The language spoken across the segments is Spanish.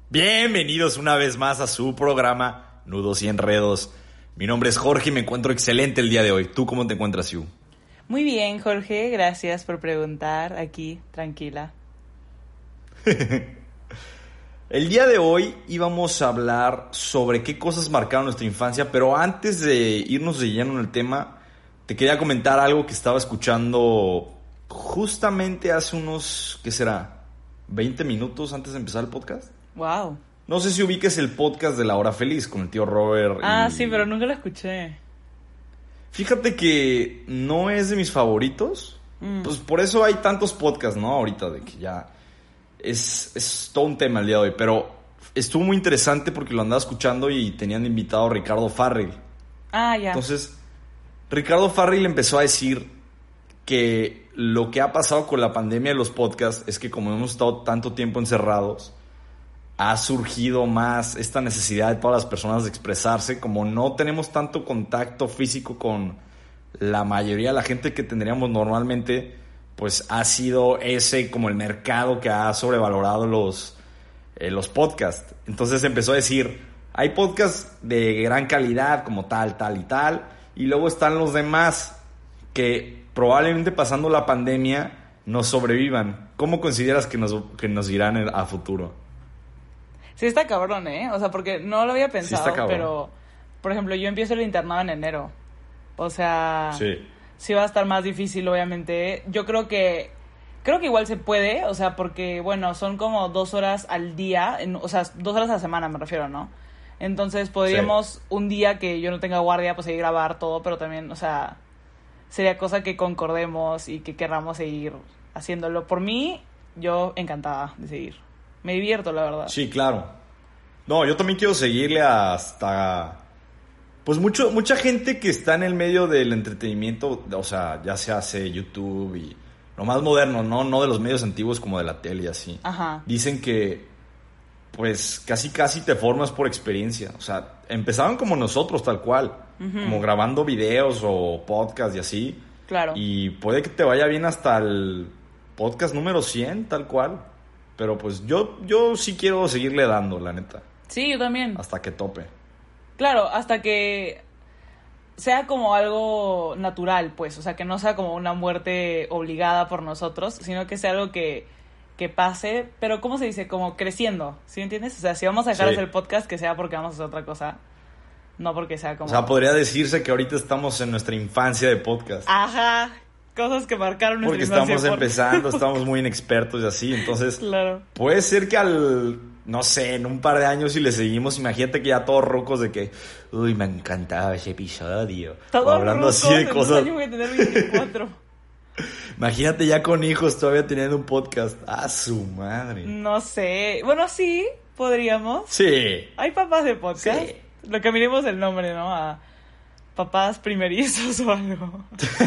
Bienvenidos una vez más a su programa Nudos y Enredos. Mi nombre es Jorge y me encuentro excelente el día de hoy. ¿Tú cómo te encuentras, Yu? Muy bien, Jorge, gracias por preguntar. Aquí, tranquila. El día de hoy íbamos a hablar sobre qué cosas marcaron nuestra infancia, pero antes de irnos de lleno en el tema, te quería comentar algo que estaba escuchando justamente hace unos, ¿qué será? 20 minutos antes de empezar el podcast. Wow. No sé si ubiques el podcast de La Hora Feliz con el tío Robert. Sí, pero nunca lo escuché. Fíjate que no es de mis favoritos. Pues por eso hay tantos podcasts, ¿no? Ahorita de que ya es todo un tema el día de hoy. Pero estuvo muy interesante porque lo andaba escuchando y tenían invitado a Ricardo Farrell. Ya. Entonces, Ricardo Farrell empezó a decir que lo que ha pasado con la pandemia de los podcasts es que como hemos estado tanto tiempo encerrados, ha surgido más esta necesidad de todas las personas de expresarse. Como no tenemos tanto contacto físico con la mayoría de la gente que tendríamos normalmente, pues ha sido ese como el mercado que ha sobrevalorado los podcasts. Entonces empezó a decir, hay podcasts de gran calidad como tal, tal y tal, y luego están los demás que probablemente pasando la pandemia no sobrevivan. ¿Cómo consideras que nos irán a futuro? Sí está cabrón, ¿eh? O sea, porque no lo había pensado, Sí está cabrón. pero, por ejemplo, yo empiezo el internado en enero. O sea, sí va a estar más difícil, obviamente. Yo creo que igual se puede, o sea, porque, bueno, son como 2 horas al día, o sea, 2 horas a la semana me refiero, ¿no? Entonces podríamos un día que yo no tenga guardia, pues seguir grabar todo, pero también, o sea, sería cosa que concordemos y que querramos seguir haciéndolo. Por mí, yo encantada de seguir. Me divierto, la verdad. Sí, claro. No, yo también quiero seguirle hasta... Pues mucha gente que está en el medio del entretenimiento, o sea, ya se hace YouTube y lo más moderno, no de los medios antiguos como de la tele y así. Ajá. Dicen que, pues, casi te formas por experiencia. O sea, empezaron como nosotros, tal cual. Uh-huh. Como grabando videos o podcast y así. Claro. Y puede que te vaya bien hasta el podcast número 100, tal cual. Pero pues yo sí quiero seguirle dando, la neta. Sí, yo también. Hasta que tope. Claro, hasta que sea como algo natural, pues. O sea, que no sea como una muerte obligada por nosotros, sino que sea algo que pase, pero ¿cómo se dice? Como creciendo, ¿sí entiendes? O sea, si vamos a dejar de hacer el podcast, que sea porque vamos a hacer otra cosa, no porque sea como... O sea, podría decirse que ahorita estamos en nuestra infancia de podcast. Ajá, cosas que marcaron nuestra infancia. Porque estamos empezando, estamos muy inexpertos y así, entonces... Claro. Puede ser que no sé, en un par de años si le seguimos, imagínate que ya todos rocos de que... Uy, me encantaba ese episodio. Todos hablando rucos, así de cosas... Voy a tener 24. Imagínate ya con hijos todavía teniendo un podcast. ¡Ah, su madre! No sé. Bueno, sí, podríamos. Sí. Hay papás de podcast. Sí. Lo cambiaremos el nombre, ¿no? A papás primerizos o algo.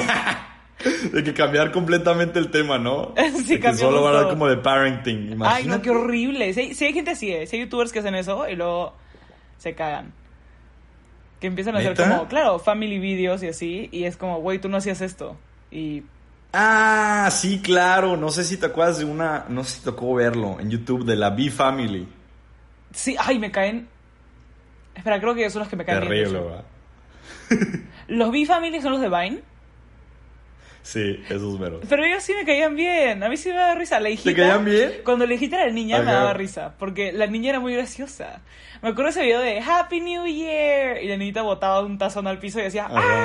De que cambiar completamente el tema, ¿no? Sí, de que solo van a todo. hablar como de parenting. Imagínate. Ay, no, qué horrible. Si hay gente así, si hay youtubers que hacen eso y luego se cagan. Que empiezan a ¿Neta? hacer como, claro, family videos y así. Y es como, güey, tú no hacías esto. Y... Ah, sí, claro. No sé si te acuerdas de una... No sé si tocó verlo en YouTube de la B-Family. Sí, ay, me caen... Espera, creo que son los que me caen bien. Terrible, ¿verdad? ¿Los B-Family son los de Vine? Sí, esos meros. Pero ellos sí me caían bien. A mí sí me daba risa. La hijita, ¿Te caían bien? Cuando la hijita era niña, Ajá. me daba risa. Porque la niña era muy graciosa. Me acuerdo ese video de Happy New Year. Y la niñita botaba un tazón al piso y decía ¡ah!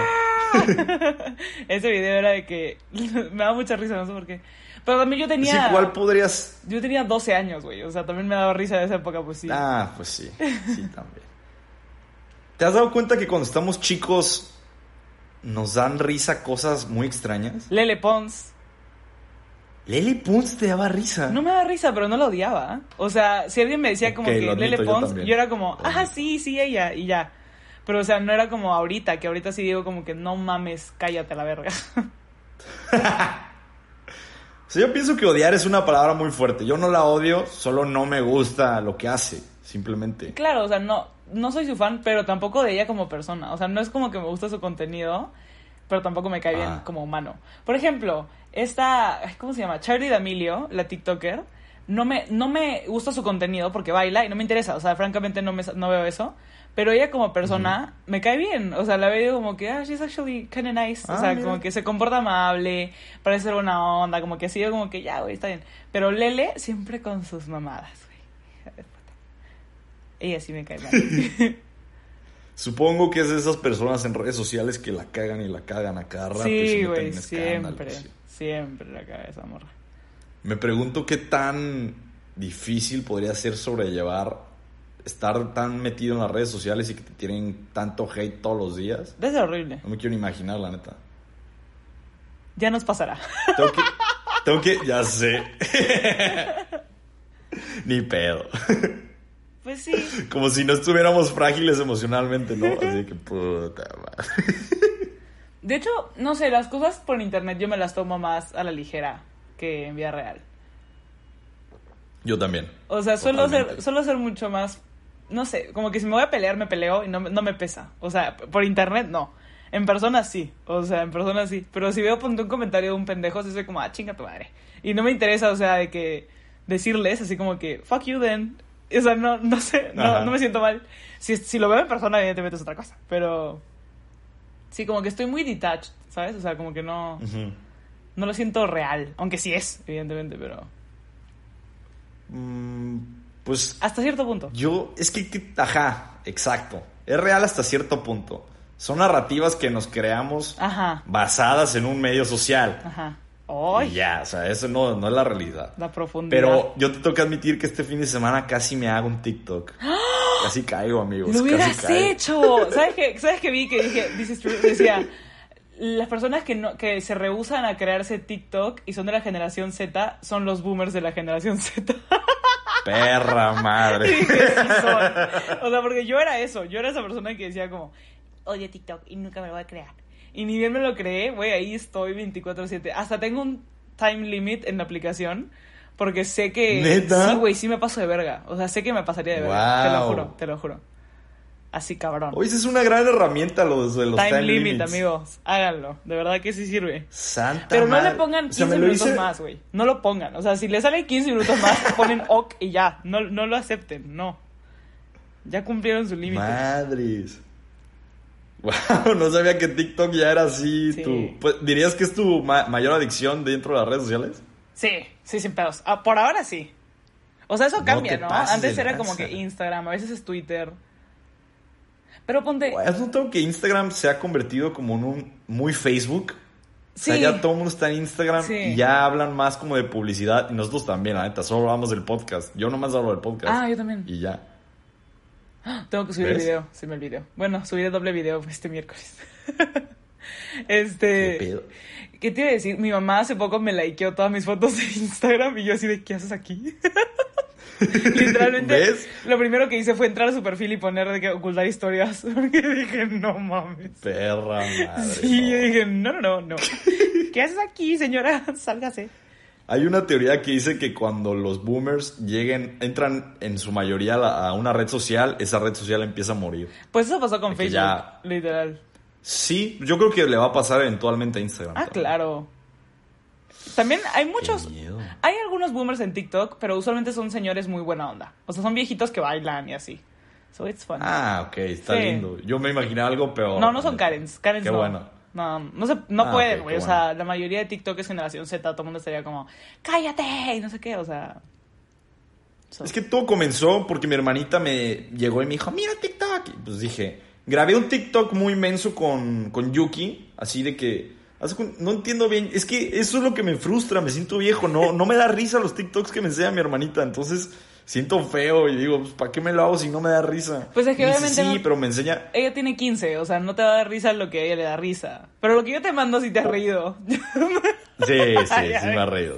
Ese video era de que me daba mucha risa, no sé por qué. Pero también yo tenía... Sí, ¿cuál podrías...? Yo tenía 12 años, güey. O sea, también me daba risa de esa época, pues sí. Ah, pues sí. Sí, también. ¿Te has dado cuenta que cuando estamos chicos nos dan risa cosas muy extrañas? Lele Pons. ¿Lele Pons te daba risa? No me daba risa, pero no la odiaba. O sea, si alguien me decía como Ok, que lo admito, Lele yo Pons, también. yo era como, sí, ella, y ya. Pero, o sea, no era como ahorita, que ahorita sí digo como que no mames, cállate a la verga. O sea, yo pienso que odiar es una palabra muy fuerte. Yo no la odio, solo no me gusta lo que hace, simplemente. Claro, o sea, no soy su fan, pero tampoco de ella como persona. O sea, no es como que me gusta su contenido, pero tampoco me cae bien como humano. Por ejemplo, esta, ¿cómo se llama? Charlie D'Amelio, la TikToker, no me gusta su contenido porque baila y no me interesa, o sea, francamente no veo eso. Pero ella como persona me cae bien, o sea, la veo como que, she's actually kind of nice, o sea, mira, como que se comporta amable, parece ser buena onda, como que así, yo como que ya, güey, está bien. Pero Lele siempre con sus mamadas, güey. Ella sí me cae mal. Supongo que es de esas personas en redes sociales que la cagan y la cagan a cada rato. Sí, güey, siempre la caga esa morra. Me pregunto qué tan difícil podría ser sobrellevar estar tan metido en las redes sociales y que te tienen tanto hate todos los días. Es horrible. No me quiero ni imaginar, la neta. Ya nos pasará. Tengo que ya sé. Ni pedo. Pues sí. Como si no estuviéramos frágiles emocionalmente, ¿no? Así que puta madre. De hecho, no sé, las cosas por internet yo me las tomo más a la ligera que en vida real. Yo también. O sea, suelo ser mucho más, no sé, como que si me voy a pelear, me peleo y no me pesa. O sea, por internet no. En persona sí. O sea, en persona sí. Pero si veo un comentario de un pendejo, sí soy como, chinga tu madre. Y no me interesa, o sea, de que decirles así como que, fuck you then. O sea, no sé, no me siento mal. Si lo veo en persona, evidentemente es otra cosa. Pero sí, como que estoy muy detached, ¿sabes? O sea, como que no lo siento real. Aunque sí es, evidentemente, pero... Pues... hasta cierto punto. Es que... Ajá, exacto. Es real hasta cierto punto. Son narrativas que nos creamos basadas en un medio social. Ajá. Y ya, o sea, eso no es la realidad. La profundidad. Pero yo te tengo que admitir que este fin de semana casi me hago un TikTok. Casi caigo, amigos. ¡Lo hubieras hecho! ¿Sabes qué vi? Que dije, this is true. Decía, las personas que se rehúsan a crearse TikTok y son de la generación Z son los boomers de la generación Z. Perra madre. Y dije, sí son. O sea, porque yo era eso. Yo era esa persona que decía como, odio TikTok y nunca me lo voy a crear. Y ni bien me lo creé, güey, ahí estoy 24/7. Hasta tengo un time limit en la aplicación porque sé que... ¿Neta? Sí, güey, sí me paso de verga. O sea, sé que me pasaría de verga. Wow. Te lo juro. Así, cabrón. Oye, esa es una gran herramienta los time limit, amigos. Háganlo. De verdad que sí sirve. Santa Pero no madre. le pongan 15 minutos más, güey. No lo pongan. O sea, si le salen 15 minutos más, ponen ok y ya. No lo acepten. No. Ya cumplieron su límite. Madres. Wow, no sabía que TikTok ya era así. Sí. Pues, ¿dirías que es tu mayor adicción dentro de las redes sociales? Sí, sin pedos. Por ahora sí. O sea, eso cambia, ¿no? Antes era como que lanza. Instagram, a veces es Twitter. Pero ponte... ¿Has notado que Instagram se ha convertido como en un muy Facebook? Sí. O sea, ya todo el mundo está en Instagram y ya hablan más como de publicidad. Y nosotros también, la neta, solo hablamos del podcast. Yo nomás hablo del podcast. Yo también. Y ya. Tengo que subir el video, se me olvidó. Bueno, subiré doble video este miércoles. ¿Qué pedo? ¿Qué te iba a decir? Mi mamá hace poco me likeó todas mis fotos de Instagram y yo así de, ¿qué haces aquí? Literalmente, ¿ves? Lo primero que hice fue entrar a su perfil y poner de que ocultar historias. Porque dije, no mames. Perra madre. Sí, yo dije, no. ¿Qué haces aquí, señora? Sálgase. Hay una teoría que dice que cuando los boomers entran en su mayoría a una red social, esa red social empieza a morir. Pues eso pasó con Facebook, literal. Sí, yo creo que le va a pasar eventualmente a Instagram. También. Claro. También hay muchos... Hay algunos boomers en TikTok, pero usualmente son señores muy buena onda. O sea, son viejitos que bailan y así. So it's fun. Ok, está lindo. Yo me imaginé algo peor. No son Karens. Karens Qué no. bueno. No pueden, güey. Okay, o sea, la mayoría de TikTok es generación Z. Todo el mundo estaría como, cállate, y no sé qué, o sea... Es que todo comenzó porque mi hermanita me llegó y me dijo, mira TikTok. Y pues dije, grabé un TikTok muy inmenso con Yuki, así de que... No entiendo bien, es que eso es lo que me frustra, me siento viejo, no me da risa los TikToks que me enseña mi hermanita, entonces siento feo y digo, pues, ¿para qué me lo hago si no me da risa? Pues es que obviamente sí, pero me enseña... Ella tiene 15, o sea, no te va a dar risa lo que a ella le da risa, pero lo que yo te mando sí te has reído. Sí me ha reído,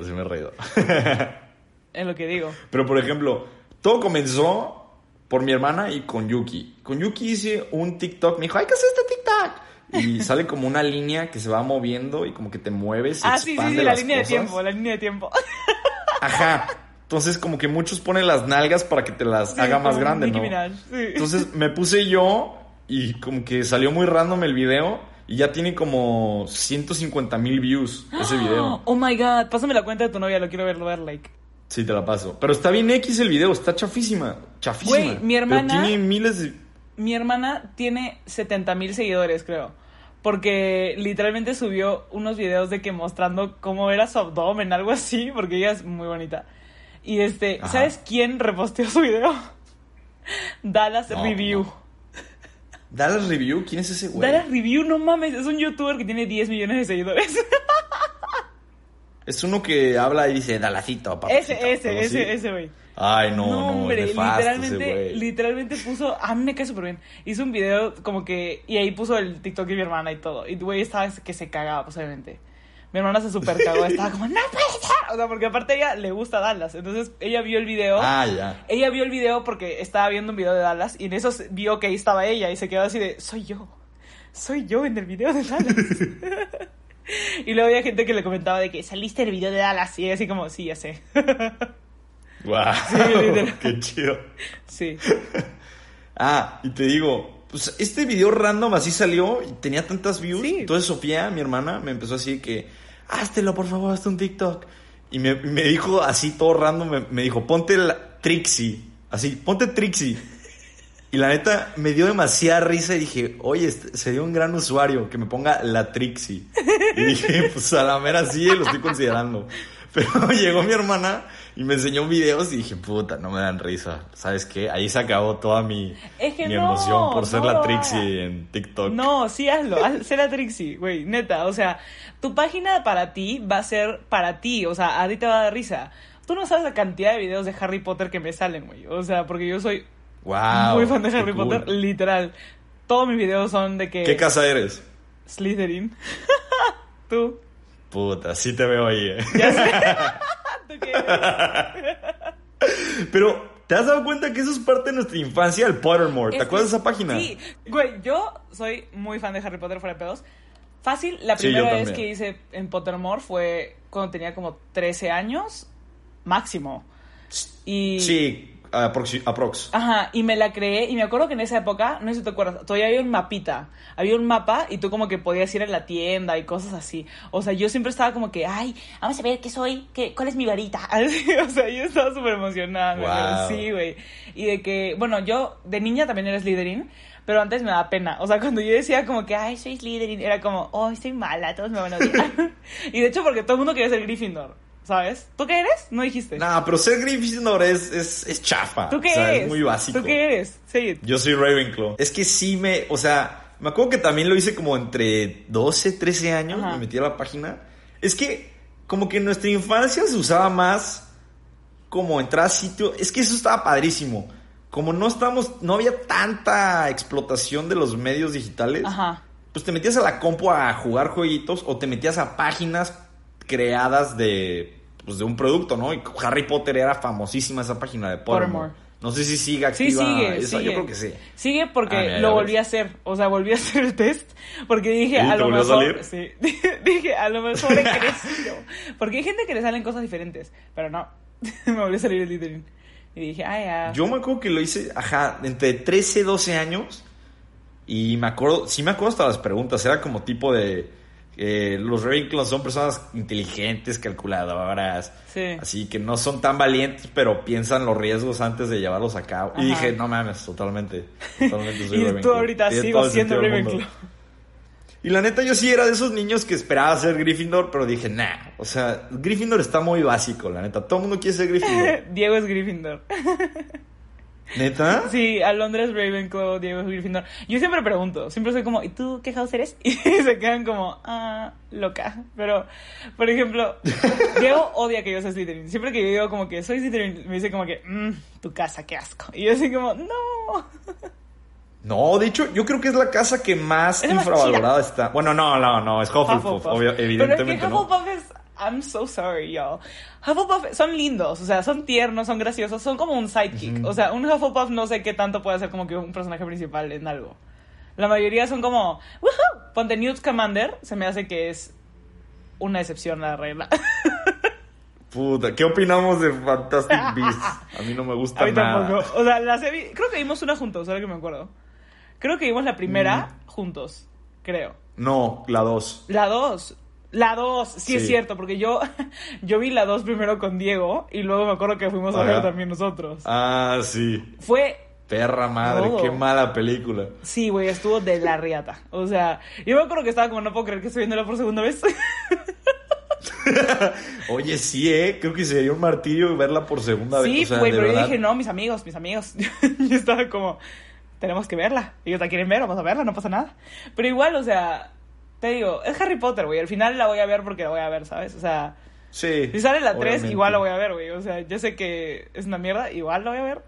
Es lo que digo. Pero por ejemplo, todo comenzó por mi hermana y con Yuki. Con Yuki hice un TikTok, me dijo, hay que hacer este TikTok. Y sale como una línea que se va moviendo y como que te mueves y expande la línea de tiempo. Ajá. Entonces como que muchos ponen las nalgas para que te las haga más grande, ¿no? Minaj, sí. Entonces me puse yo y como que salió muy random el video y ya tiene como 150,000 views ese video. Oh my god, pásame la cuenta de tu novia, lo quiero ver, like. Sí, te la paso. Pero está bien X el video, está chafísima. Chafísima. Güey, mi hermana... Pero tiene miles de... Mi hermana tiene 70,000 seguidores, creo. Porque literalmente subió unos videos de que mostrando cómo era su abdomen, algo así, porque ella es muy bonita. Y Ajá. ¿sabes quién reposteó su video? Dallas Review. No. ¿Dallas Review? ¿Quién es ese güey? Dallas Review, no mames, es un youtuber que tiene 10 millones de seguidores. Es uno que habla y dice, Dallasito, papacito. Ese, güey. Ay, no, hombre, nefasto literalmente puso, a mí me cae súper bien. Hizo un video como que, y ahí puso el TikTok de mi hermana y todo. Y güey estaba que se cagaba, pues obviamente. Mi hermana se súper cagó, estaba como, no puede ser. O sea, porque aparte a ella le gusta Dallas. Entonces ella vio el video. Ah, ya. Ella vio el video porque estaba viendo un video de Dallas. Y en eso vio que ahí estaba ella y se quedó así de, soy yo en el video de Dallas. Y luego había gente que le comentaba de que saliste en el video de Dallas. Y ella así como, sí, ya sé. Guau, Sí, qué chido. Sí. Y te digo, pues este video random así salió y tenía tantas views. Sí. Entonces Sofía, mi hermana, me empezó así que, háztelo, por favor, hazte un TikTok. Y me dijo así todo random, me dijo, ponte la Trixie. Así, ponte Trixie. Y la neta, me dio demasiada risa y dije, oye, sería un gran usuario que me ponga la Trixie. Y dije, pues a la mera sí, lo estoy considerando. Pero llegó mi hermana y me enseñó videos y dije, puta, no me dan risa. ¿Sabes qué? Ahí se acabó toda mi emoción por ser la Trixie en TikTok. No, sí, hazlo, sé la Trixie, güey, neta. O sea, tu página para ti va a ser para ti. O sea, a ti te va a dar risa. Tú no sabes la cantidad de videos de Harry Potter que me salen, güey. O sea, porque yo soy muy fan de Harry Potter, literal. Todos mis videos son de que... ¿Qué casa eres? Slytherin. ¿Tú? Puta, sí te veo ahí, Ya sé. ¿Tú qué eres? Pero, ¿te has dado cuenta que eso es parte de nuestra infancia, el Pottermore? ¿Te acuerdas de esa página? Sí, güey, yo soy muy fan de Harry Potter fuera de pedos. Fácil, la primera vez que hice en Pottermore fue cuando tenía como 13 años, máximo. Y... Sí, aprox. Ajá, y me la creé, y me acuerdo que en esa época, no sé si te acuerdas, todavía había un mapita, había un mapa y tú como que podías ir a la tienda y cosas así. O sea, yo siempre estaba como que, ay, vamos a ver qué soy, cuál es mi varita. Así, o sea, yo estaba súper emocionada. Wow. Sí, güey. Y de que, bueno, yo de niña también era Slytherin, pero antes me daba pena. O sea, cuando yo decía como que, ay, soy Slytherin, era como, oh, estoy mala, todos me van a odiar. Y de hecho porque todo el mundo quería ser Gryffindor. ¿Sabes? ¿Tú qué eres? No dijiste. No, pero ser Gryffindor es chafa. ¿Tú qué eres? Es muy básico. ¿Tú qué eres? Sí. Yo soy Ravenclaw. Es que sí me acuerdo que también lo hice como entre 12, 13 años. Ajá. Me metí a la página. Es que como que en nuestra infancia se usaba más como entrar a sitio. Es que eso estaba padrísimo. Como no había tanta explotación de los medios digitales. Ajá. Pues te metías a la compu a jugar jueguitos o te metías a páginas creadas de un producto, ¿no? Y Harry Potter era famosísima esa página de Pottermore. No sé si sigue activa. Sí, sigue. Yo creo que sí. Sigue porque lo volví a hacer. O sea, volví a hacer el test. Porque dije, a lo mejor... Sí. Dije, a lo mejor he crecido. Porque hay gente que le salen cosas diferentes. Pero no. Me volvió a salir el Slytherin. Y dije, ya. Yo me acuerdo que lo hice, entre 13 y 12 años. Y me acuerdo hasta las preguntas. Era como tipo de... los Ravenclaw son personas inteligentes, calculadoras, sí. Así que no son tan valientes, pero piensan los riesgos antes de llevarlos a cabo. Ajá. Y dije, no mames, totalmente soy y Ravenclaw. Tú ahorita sigo siendo Ravenclaw. Y la neta, yo sí era de esos niños que esperaba ser Gryffindor, pero dije, nah, o sea, Gryffindor está muy básico, la neta. Todo el mundo quiere ser Gryffindor. Diego es Gryffindor. ¿Neta? Sí, Alondra es Ravenclaw, Diego es Gryffindor. Yo siempre pregunto, siempre soy como, ¿y tú qué house eres? Y se quedan como, loca. Pero, por ejemplo, Diego odia que yo sea Slytherin. Siempre que yo digo como que soy Slytherin, me dice como que, tu casa, qué asco. Y yo así como, no. No, de hecho, yo creo que es la casa que más infravalorada está. Bueno, no, es Hufflepuff, evidentemente. Pero es que Hufflepuff es... I'm so sorry, y'all. Hufflepuff son lindos, o sea, son tiernos, son graciosos, son como un sidekick. O sea, un Hufflepuff no sé qué tanto puede ser como que un personaje principal en algo. La mayoría son como... ¡Woohoo! Ponte Newt Scamander, se me hace que es una excepción a la regla. Puta, ¿qué opinamos de Fantastic Beasts? A mí no me gusta nada. A mí tampoco. O sea, creo que vimos una juntos, ahora que me acuerdo. Creo que vimos la primera juntos, creo. No, la 2. La 2. La 2, sí es cierto, porque yo vi la 2 primero con Diego y luego me acuerdo que fuimos a ver también nosotros. Ah, sí. Fue... Perra madre, qué mala película. Sí, güey, estuvo de la riata. O sea, yo me acuerdo que estaba como, no puedo creer que estoy viéndola por segunda vez. Oye, sí, creo que sería un martirio verla por segunda vez. Sí, güey, pero yo dije, no, mis amigos. Yo estaba como, tenemos que verla. Ellos la quieren ver, vamos a verla, no pasa nada. Pero igual, o sea, te digo, es Harry Potter, güey. Al final la voy a ver porque la voy a ver, ¿sabes? O sea, sí, si sale la 3, igual la voy a ver, güey. O sea, yo sé que es una mierda, igual la voy a ver.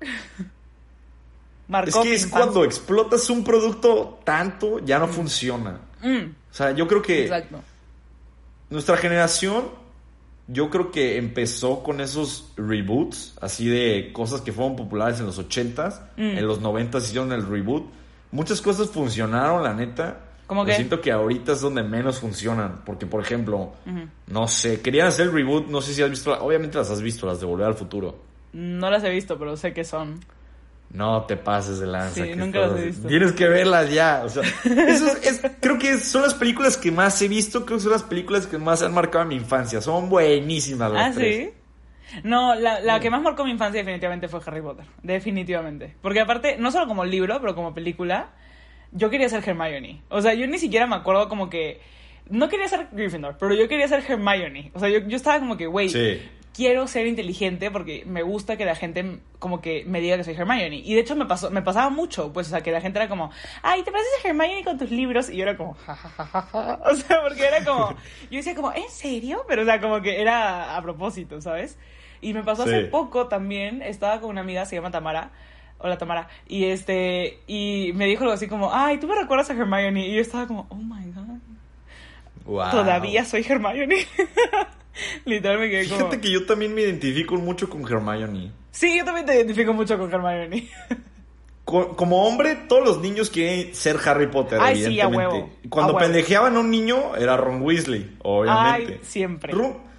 Es que es cuando explotas un producto tanto, ya no funciona. O sea, yo creo que... Exacto. Nuestra generación, yo creo que empezó con esos reboots, así de cosas que fueron populares en los 80s, en los 90s hicieron el reboot. Muchas cosas funcionaron, la neta. ¿Cómo qué? Siento que ahorita es donde menos funcionan, porque, por ejemplo, no sé, querían hacer el reboot, no sé si has visto, obviamente las has visto, las de Volver al Futuro. No las he visto, pero sé que son... No te pases de lanza. Sí, nunca las he visto. Tienes que verlas ya. O sea, creo que son las películas que más he visto. Creo que son las películas que más han marcado mi infancia. Son buenísimas las tres. ¿Sí? No, la que más marcó mi infancia definitivamente fue Harry Potter. Definitivamente. Porque aparte, no solo como libro, pero como película, yo quería ser Hermione. O sea, yo ni siquiera me acuerdo como que... No quería ser Gryffindor, pero yo quería ser Hermione. O sea, yo estaba como que, güey... Sí. Quiero ser inteligente porque me gusta que la gente como que me diga que soy Hermione. Y de hecho me pasaba mucho, pues, o sea, que la gente era como, ay, ¿te pareces a Hermione con tus libros? Y yo era como, jajajaja. O sea, porque era como, yo decía como, ¿en serio? Pero, o sea, como que era a propósito, ¿sabes? Y me pasó hace poco también, estaba con una amiga, se llama Tamara. Hola, Tamara. Y y me dijo algo así como, ay, ¿tú me recuerdas a Hermione? Y yo estaba como, oh my God. Wow. Todavía soy Hermione. Literal me quedé como... Fíjate que yo también me identifico mucho con Hermione. Sí, yo también te identifico mucho con Hermione. Como hombre, todos los niños quieren ser Harry Potter, ay, evidentemente. Sí, a huevo. Cuando a huevo. pendejeaban a un niño, era Ron Weasley, obviamente. Ay, siempre.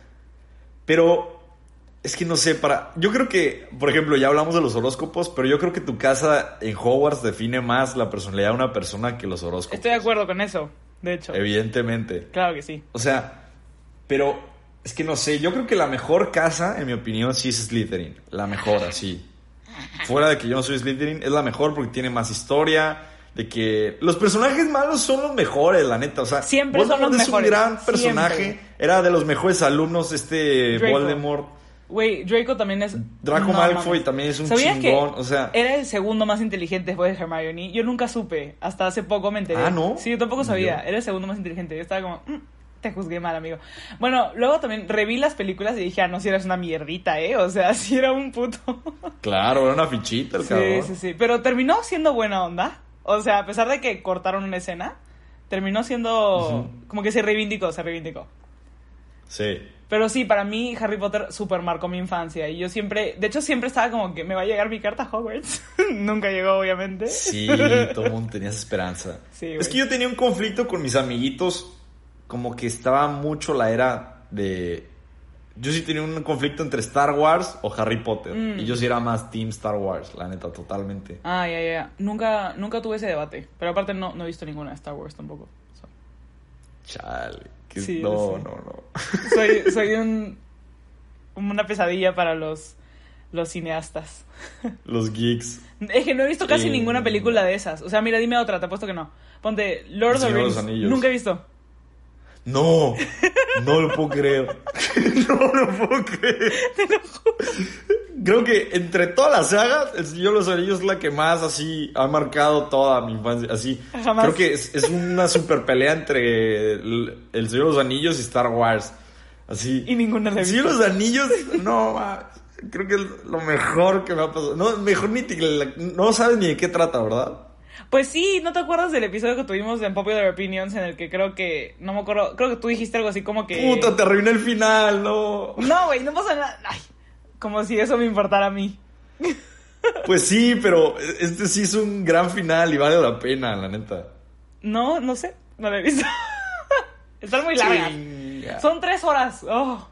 Pero es que no sé, yo creo que, por ejemplo, ya hablamos de los horóscopos, pero yo creo que tu casa en Hogwarts define más la personalidad de una persona que los horóscopos. Estoy de acuerdo con eso, de hecho. Evidentemente. Claro que sí. O sea, pero... Es que no sé, yo creo que la mejor casa, en mi opinión, sí es Slytherin. La mejor, así. Fuera de que yo no soy Slytherin, es la mejor porque tiene más historia. De que los personajes malos son los mejores, la neta. O sea, siempre son los mejores. Es un gran personaje. Siempre. Era de los mejores alumnos, Draco. Voldemort. Güey, Draco también es... Draco Malfoy también es un chingón. O sea, era el segundo más inteligente después de Hermione. Yo nunca supe. Hasta hace poco me enteré. Ah, ¿no? Sí, yo tampoco sabía. Era el segundo más inteligente. Yo estaba como... Te juzgué mal, amigo. Bueno, luego también reví las películas y dije, no, si eras una mierdita, O sea, si era un puto. Claro, era una fichita el cabrón. Sí. Pero terminó siendo buena onda. O sea, a pesar de que cortaron una escena, terminó siendo... Como que se reivindicó. Sí. Pero sí, para mí Harry Potter super marcó mi infancia. Y yo siempre... De hecho, siempre estaba como que me va a llegar mi carta a Hogwarts. Nunca llegó, obviamente. Sí, todo el mundo tenía esa esperanza. Sí, es que yo tenía un conflicto con mis amiguitos... Como que estaba mucho la era de... Yo sí tenía un conflicto entre Star Wars o Harry Potter. Y yo sí era más Team Star Wars, la neta, totalmente. Ah, ya. Nunca tuve ese debate. Pero aparte no he visto ninguna de Star Wars tampoco. Chale. Sí, no. Soy una pesadilla para los cineastas. Los geeks. Es que no he visto casi ninguna película de esas. O sea, mira, dime otra, te apuesto que no. Ponte Lord of the Rings. Nunca he visto. No lo puedo creer. No lo puedo creer. Te lo juro. Creo que entre todas las sagas, El Señor de los Anillos es la que más así ha marcado toda mi infancia. Así. Jamás. Creo que es una super pelea entre El Señor de los Anillos y Star Wars. Así. Y ninguna de El Señor de los Anillos, no, creo que es lo mejor que me ha pasado. No, mejor no sabes ni de qué trata, ¿verdad? Pues sí, ¿no te acuerdas del episodio que tuvimos en Popular Opinions en el que creo que, no me acuerdo, creo que tú dijiste algo así como que... Puta, te arruiné el final, no. No, güey, no pasa nada. Ay, como si eso me importara a mí. Pues sí, pero este sí es un gran final y vale la pena, la neta. No sé, no lo he visto. Están muy largas. Son 3 horas. Oh.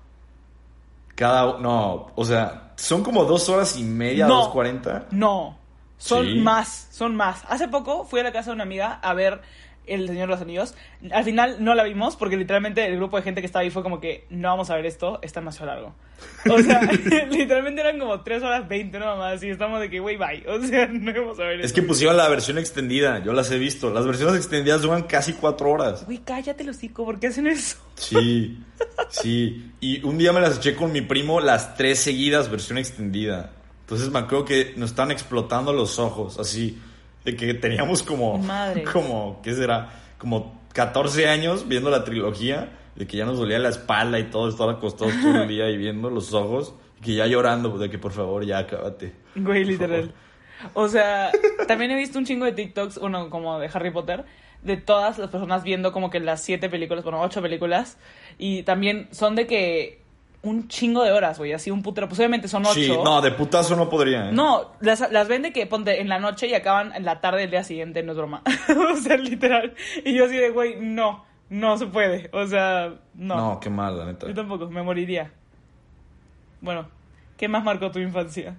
No, o sea, son como 2 horas y media, 2:40. No. Son ¿Sí? más. Hace poco fui a la casa de una amiga a ver El Señor de los Anillos. Al final no la vimos porque literalmente el grupo de gente que estaba ahí fue como que no vamos a ver esto, está demasiado largo. O sea, literalmente eran como 3 horas 20, ¿no? Más, y estamos de que, güey, bye. O sea, no vamos a ver esto. Es que pusieron la versión extendida, yo las he visto. Las versiones extendidas duran casi 4 horas. Güey, cállate el hocico, ¿por qué hacen eso? Sí, sí. Y un día me las eché con mi primo, las 3 seguidas, versión extendida. Entonces me acuerdo que nos estaban explotando los ojos, así. De que teníamos como, ¿qué será? Como 14 años viendo la trilogía, de que ya nos dolía la espalda y todo, estar acostados todo el día y viendo los ojos, y que ya llorando, de que por favor ya acábate. Güey, literal. O sea, también he visto un chingo de TikToks, uno como de Harry Potter, de todas las personas viendo como que las 7 películas, bueno, 8 películas, y también son de que un chingo de horas, güey, así un putero. Pues obviamente son 8. Sí, no, de putazo no podría, ¿eh? No, las ven de que ponte en la noche y acaban en la tarde del día siguiente, no es broma. O sea, literal. Y yo así de, güey, no se puede. O sea, no. No, qué mal, la neta. Yo tampoco, me moriría. Bueno, ¿qué más marcó tu infancia?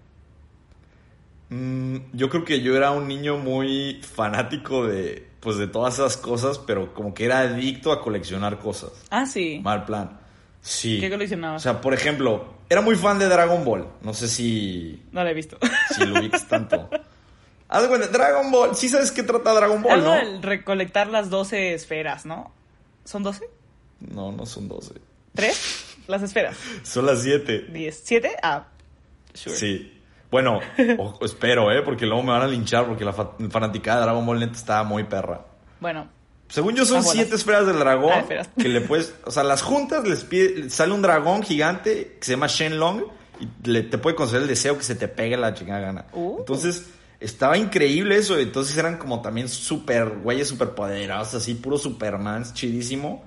Yo creo que yo era un niño muy fanático de todas esas cosas, pero como que era adicto a coleccionar cosas. Ah, sí. Mal plan. Sí. ¿Qué coleccionabas? O sea, por ejemplo, era muy fan de Dragon Ball. No sé si... No la he visto. Si lo ubicas tanto. Haz de cuenta, Dragon Ball. ¿Sí sabes qué trata Dragon Ball, algo no? El recolectar las 12 esferas, ¿no? ¿Son 12? No son 12. ¿3? Las esferas. Son las 7. 10. ¿7? Ah, sure. Sí. Bueno, espero, porque luego me van a linchar porque la fanaticada de Dragon Ball neta estaba muy perra. Bueno. Según yo son 7 esferas del dragón. Esferas. Que le puedes... O sea, las juntas sale un dragón gigante que se llama Shenlong y te puede conceder el deseo que se te pegue la chingada gana. Entonces, estaba increíble eso. Entonces eran como también güeyes super poderosos, así, puros Supermans, chidísimo.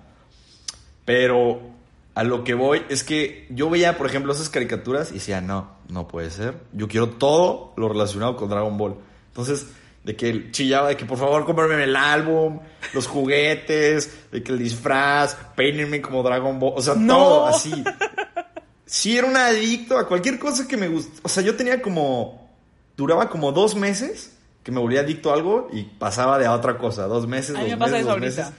Pero a lo que voy es que yo veía, por ejemplo, esas caricaturas y decía, no puede ser. Yo quiero todo lo relacionado con Dragon Ball. Entonces... de que chillaba de que por favor cómprame el álbum, los juguetes, de que el disfraz, peínenme como Dragon Ball, o sea, todo así. Sí, era un adicto a cualquier cosa que me gustó. O sea, yo tenía duraba como 2 meses que me volvía adicto a algo y pasaba de a otra cosa. 2 meses, 2 meses, 2 meses.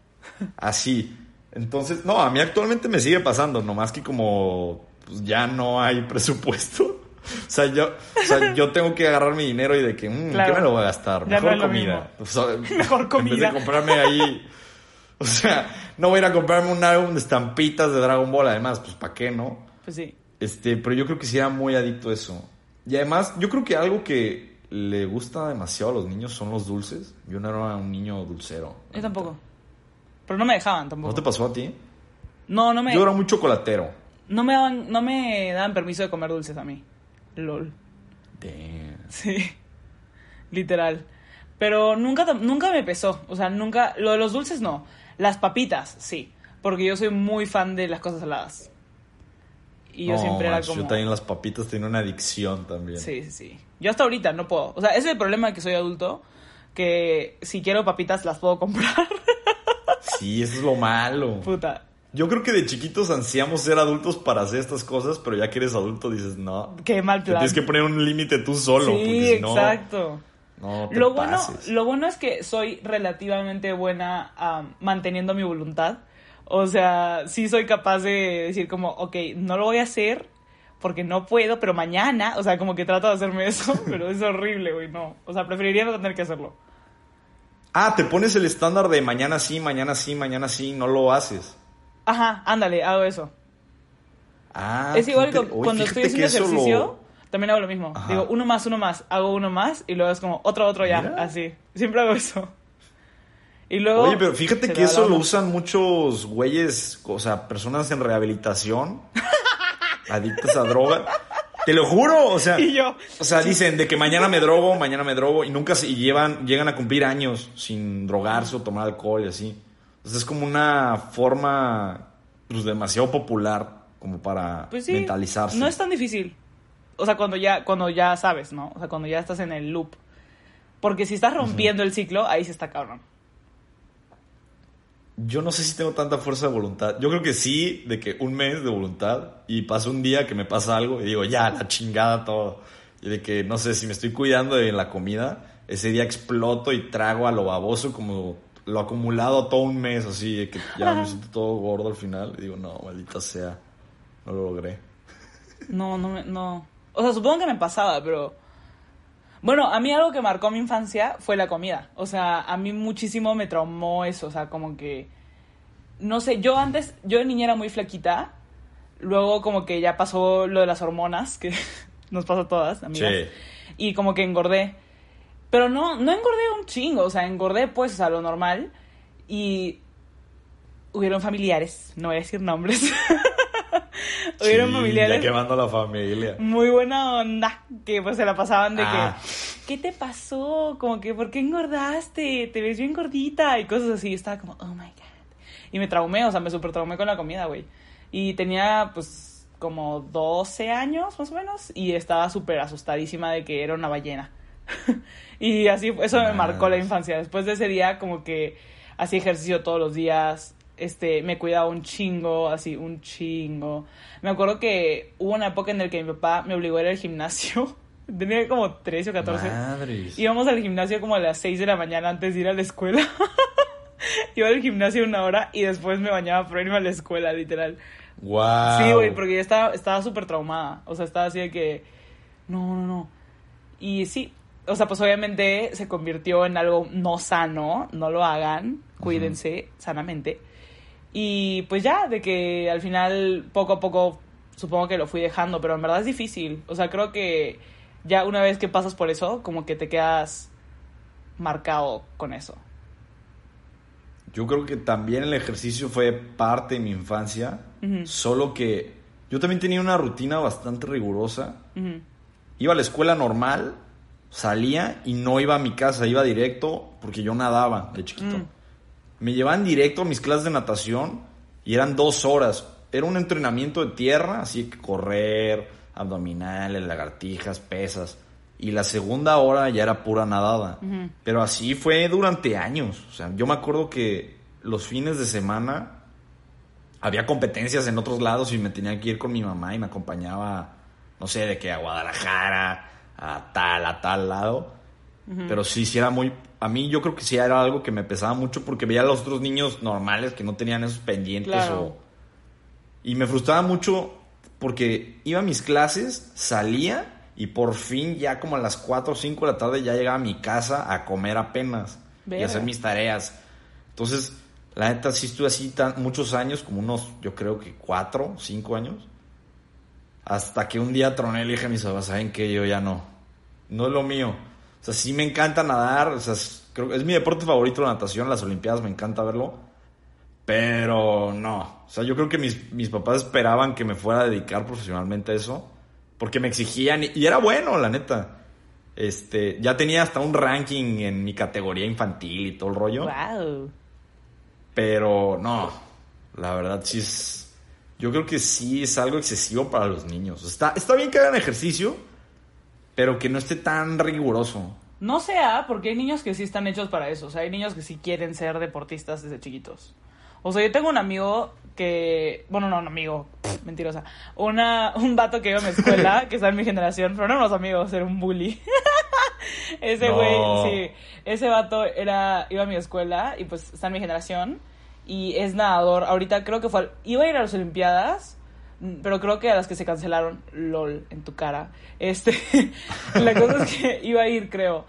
Así. Entonces, no, a mí actualmente me sigue pasando, nomás que como pues, ya no hay presupuesto. O sea, yo tengo que agarrar mi dinero y de que, claro, ¿qué me lo voy a gastar? Mejor comida. O sea, mejor comida. En vez de comprarme ahí... O sea, no voy a ir a comprarme un álbum de estampitas de Dragon Ball, además, pues, ¿para qué, no? Pues sí. Pero yo creo que sí era muy adicto a eso. Y además, yo creo que algo que le gusta demasiado a los niños son los dulces. Yo no era un niño dulcero. Yo tampoco. Pero no me dejaban tampoco. ¿No te pasó a ti? No me... Yo era muy chocolatero. No me daban permiso de comer dulces a mí. LOL. Damn. Sí. Literal. Pero nunca me pesó. O sea, nunca... Lo de los dulces no. Las papitas, sí. Porque yo soy muy fan de las cosas saladas. Y yo siempre era como... Yo también las papitas tenía una adicción también. Sí. Yo hasta ahorita no puedo. O sea, ese es el problema de que soy adulto. Que si quiero papitas las puedo comprar. Sí, eso es lo malo. Puta. Yo creo que de chiquitos ansiamos ser adultos para hacer estas cosas, pero ya que eres adulto dices, no. Qué mal plan. Tienes que poner un límite tú solo. Sí, porque si no, exacto. No te pases. Lo bueno es que soy relativamente buena manteniendo mi voluntad. O sea, sí soy capaz de decir como, ok, no lo voy a hacer porque no puedo, pero mañana, o sea, como que trato de hacerme eso, pero es horrible, güey, no. O sea, preferiría no tener que hacerlo. Te pones el estándar de mañana sí, mañana sí, mañana sí, no lo haces. Ajá, ándale, hago eso. Es igual que cuando estoy haciendo ejercicio, también hago lo mismo. Ajá. Digo, uno más, hago uno más y luego es como otro ya, así. Siempre hago eso. Y luego... Oye, pero fíjate que eso lo usan muchos güeyes, o sea, personas en rehabilitación, adictas a droga. Te lo juro, o sea... Y yo... O sea, dicen de que mañana me drogo y nunca llegan a cumplir años sin drogarse o tomar alcohol y así. Entonces es como una forma pues demasiado popular como para mentalizarse. No es tan difícil. O sea, cuando ya sabes, ¿no? O sea, cuando ya estás en el loop. Porque si estás rompiendo el ciclo, ahí se está cabrón. Yo no sé si tengo tanta fuerza de voluntad. Yo creo que sí, de que un mes de voluntad y pasa un día que me pasa algo y digo, ya, la chingada todo. Y de que, no sé, si me estoy cuidando de la comida, ese día exploto y trago a lo baboso como lo acumulado todo un mes, así, de que ya me siento todo gordo al final. Y digo, no, maldita sea, no lo logré. No. O sea, supongo que me pasaba, pero... Bueno, a mí algo que marcó mi infancia fue la comida. O sea, a mí muchísimo me traumó eso. O sea, como que... No sé, yo de niña era muy flaquita. Luego como que ya pasó lo de las hormonas, que nos pasa a todas, amigas. Sí. Y como que engordé. Pero no engordé un chingo. O sea, engordé pues a lo normal. Y hubieron familiares, no voy a decir nombres. Hubieron familiares. Ya quemando la familia. Muy buena onda. Que pues se la pasaban de que, ¿qué te pasó? Como que, ¿por qué engordaste? Te ves bien gordita. Y cosas así. Yo estaba como, oh my God. Y me traumé, o sea, me súper traumé con la comida, güey. Y tenía, pues, como 12 años, más o menos. Y estaba súper asustadísima de que era una ballena. Y así, eso me marcó la infancia. Después de ese día, como que hacía ejercicio todos los días. Me cuidaba un chingo, así, un chingo. Me acuerdo que hubo una época en la que mi papá me obligó a ir al gimnasio. Tenía como 13 o 14. Madres. Íbamos al gimnasio como a las 6 de la mañana antes de ir a la escuela. Iba al gimnasio 1 hora y después me bañaba para irme a la escuela, literal. Wow. Sí, güey, porque yo estaba súper traumada. O sea, estaba así de que... No. Y sí, o sea, pues obviamente se convirtió en algo no sano. No lo hagan. Cuídense sanamente. Y pues ya, de que al final, poco a poco, supongo que lo fui dejando. Pero en verdad es difícil. O sea, creo que ya una vez que pasas por eso, como que te quedas marcado con eso. Yo creo que también el ejercicio fue parte de mi infancia, solo que yo también tenía una rutina bastante rigurosa. Iba a la escuela normal, salía y no iba a mi casa, iba directo porque yo nadaba de chiquito. Me llevaban directo a mis clases de natación y eran 2 horas. Era un entrenamiento de tierra, así que correr, abdominales, lagartijas, pesas. Y la segunda hora ya era pura nadada. Pero así fue durante años. O sea, yo me acuerdo que los fines de semana había competencias en otros lados y me tenía que ir con mi mamá y me acompañaba, no sé, de que a Guadalajara, a tal lado. Pero sí era muy... A mí yo creo que sí era algo que me pesaba mucho porque veía a los otros niños normales que no tenían esos pendientes. Claro. Y me frustraba mucho porque iba a mis clases, salía... Y por fin, ya como a las 4 o 5 de la tarde, ya llegaba a mi casa a comer apenas. Y hacer mis tareas. Entonces, la neta, sí estuve así muchos años, como unos, yo creo que 4 o 5 años. Hasta que un día troné y le dije a mis papás, ¿saben qué? Yo ya no es lo mío. O sea, sí me encanta nadar. O sea, creo que es mi deporte favorito, la natación. Las Olimpiadas me encanta verlo. Pero no. O sea, yo creo que mis papás esperaban que me fuera a dedicar profesionalmente a eso. Porque me exigían, y era bueno, la neta. Ya tenía hasta un ranking en mi categoría infantil y todo el rollo. Wow. Pero no, la verdad sí es... Yo creo que sí es algo excesivo para los niños. Está bien que hagan ejercicio, pero que no esté tan riguroso. No sea, porque hay niños que sí están hechos para eso. O sea, hay niños que sí quieren ser deportistas desde chiquitos. O sea, yo tengo un amigo que... Bueno, no, un amigo... mentirosa. Un vato que iba a mi escuela, que está en mi generación, pero no éramos amigos, era un bully. Ese güey, sí. Ese vato iba a mi escuela y pues está en mi generación y es nadador. Ahorita creo que iba a ir a las Olimpiadas, pero creo que a las que se cancelaron, lol, en tu cara. La cosa es que iba a ir, creo.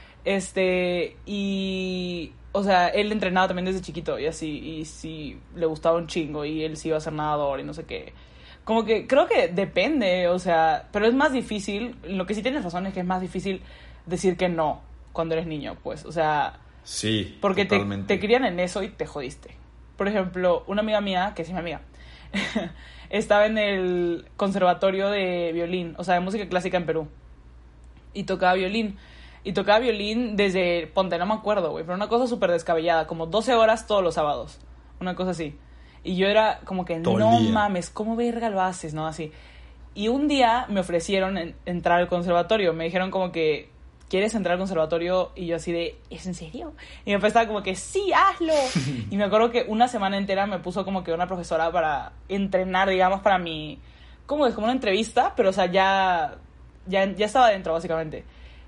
Y... O sea, él entrenaba también desde chiquito y así, y sí, le gustaba un chingo y él sí iba a ser nadador y no sé qué. Como que creo que depende, o sea, pero es más difícil, lo que sí tienes razón es que es más difícil decir que no cuando eres niño, pues, o sea... Sí, porque te crían en eso y te jodiste. Por ejemplo, una amiga mía, que es mi amiga, estaba en el conservatorio de violín, o sea, de música clásica en Perú, y tocaba violín. Y tocaba violín desde, ponte, no me acuerdo, güey, pero una cosa súper descabellada, como 12 horas todos los sábados, una cosa así. Y yo era como que, no mames, ¿cómo verga lo haces, no? Así. Y un día me ofrecieron entrar al conservatorio, me dijeron como que, ¿quieres entrar al conservatorio? Y yo así de, ¿es en serio? Y mi papá estaba como que, sí, hazlo. Y me acuerdo que una semana entera me puso como que una profesora para entrenar, digamos, para mi, ¿cómo es? Como una entrevista, pero o sea, ya estaba dentro, básicamente.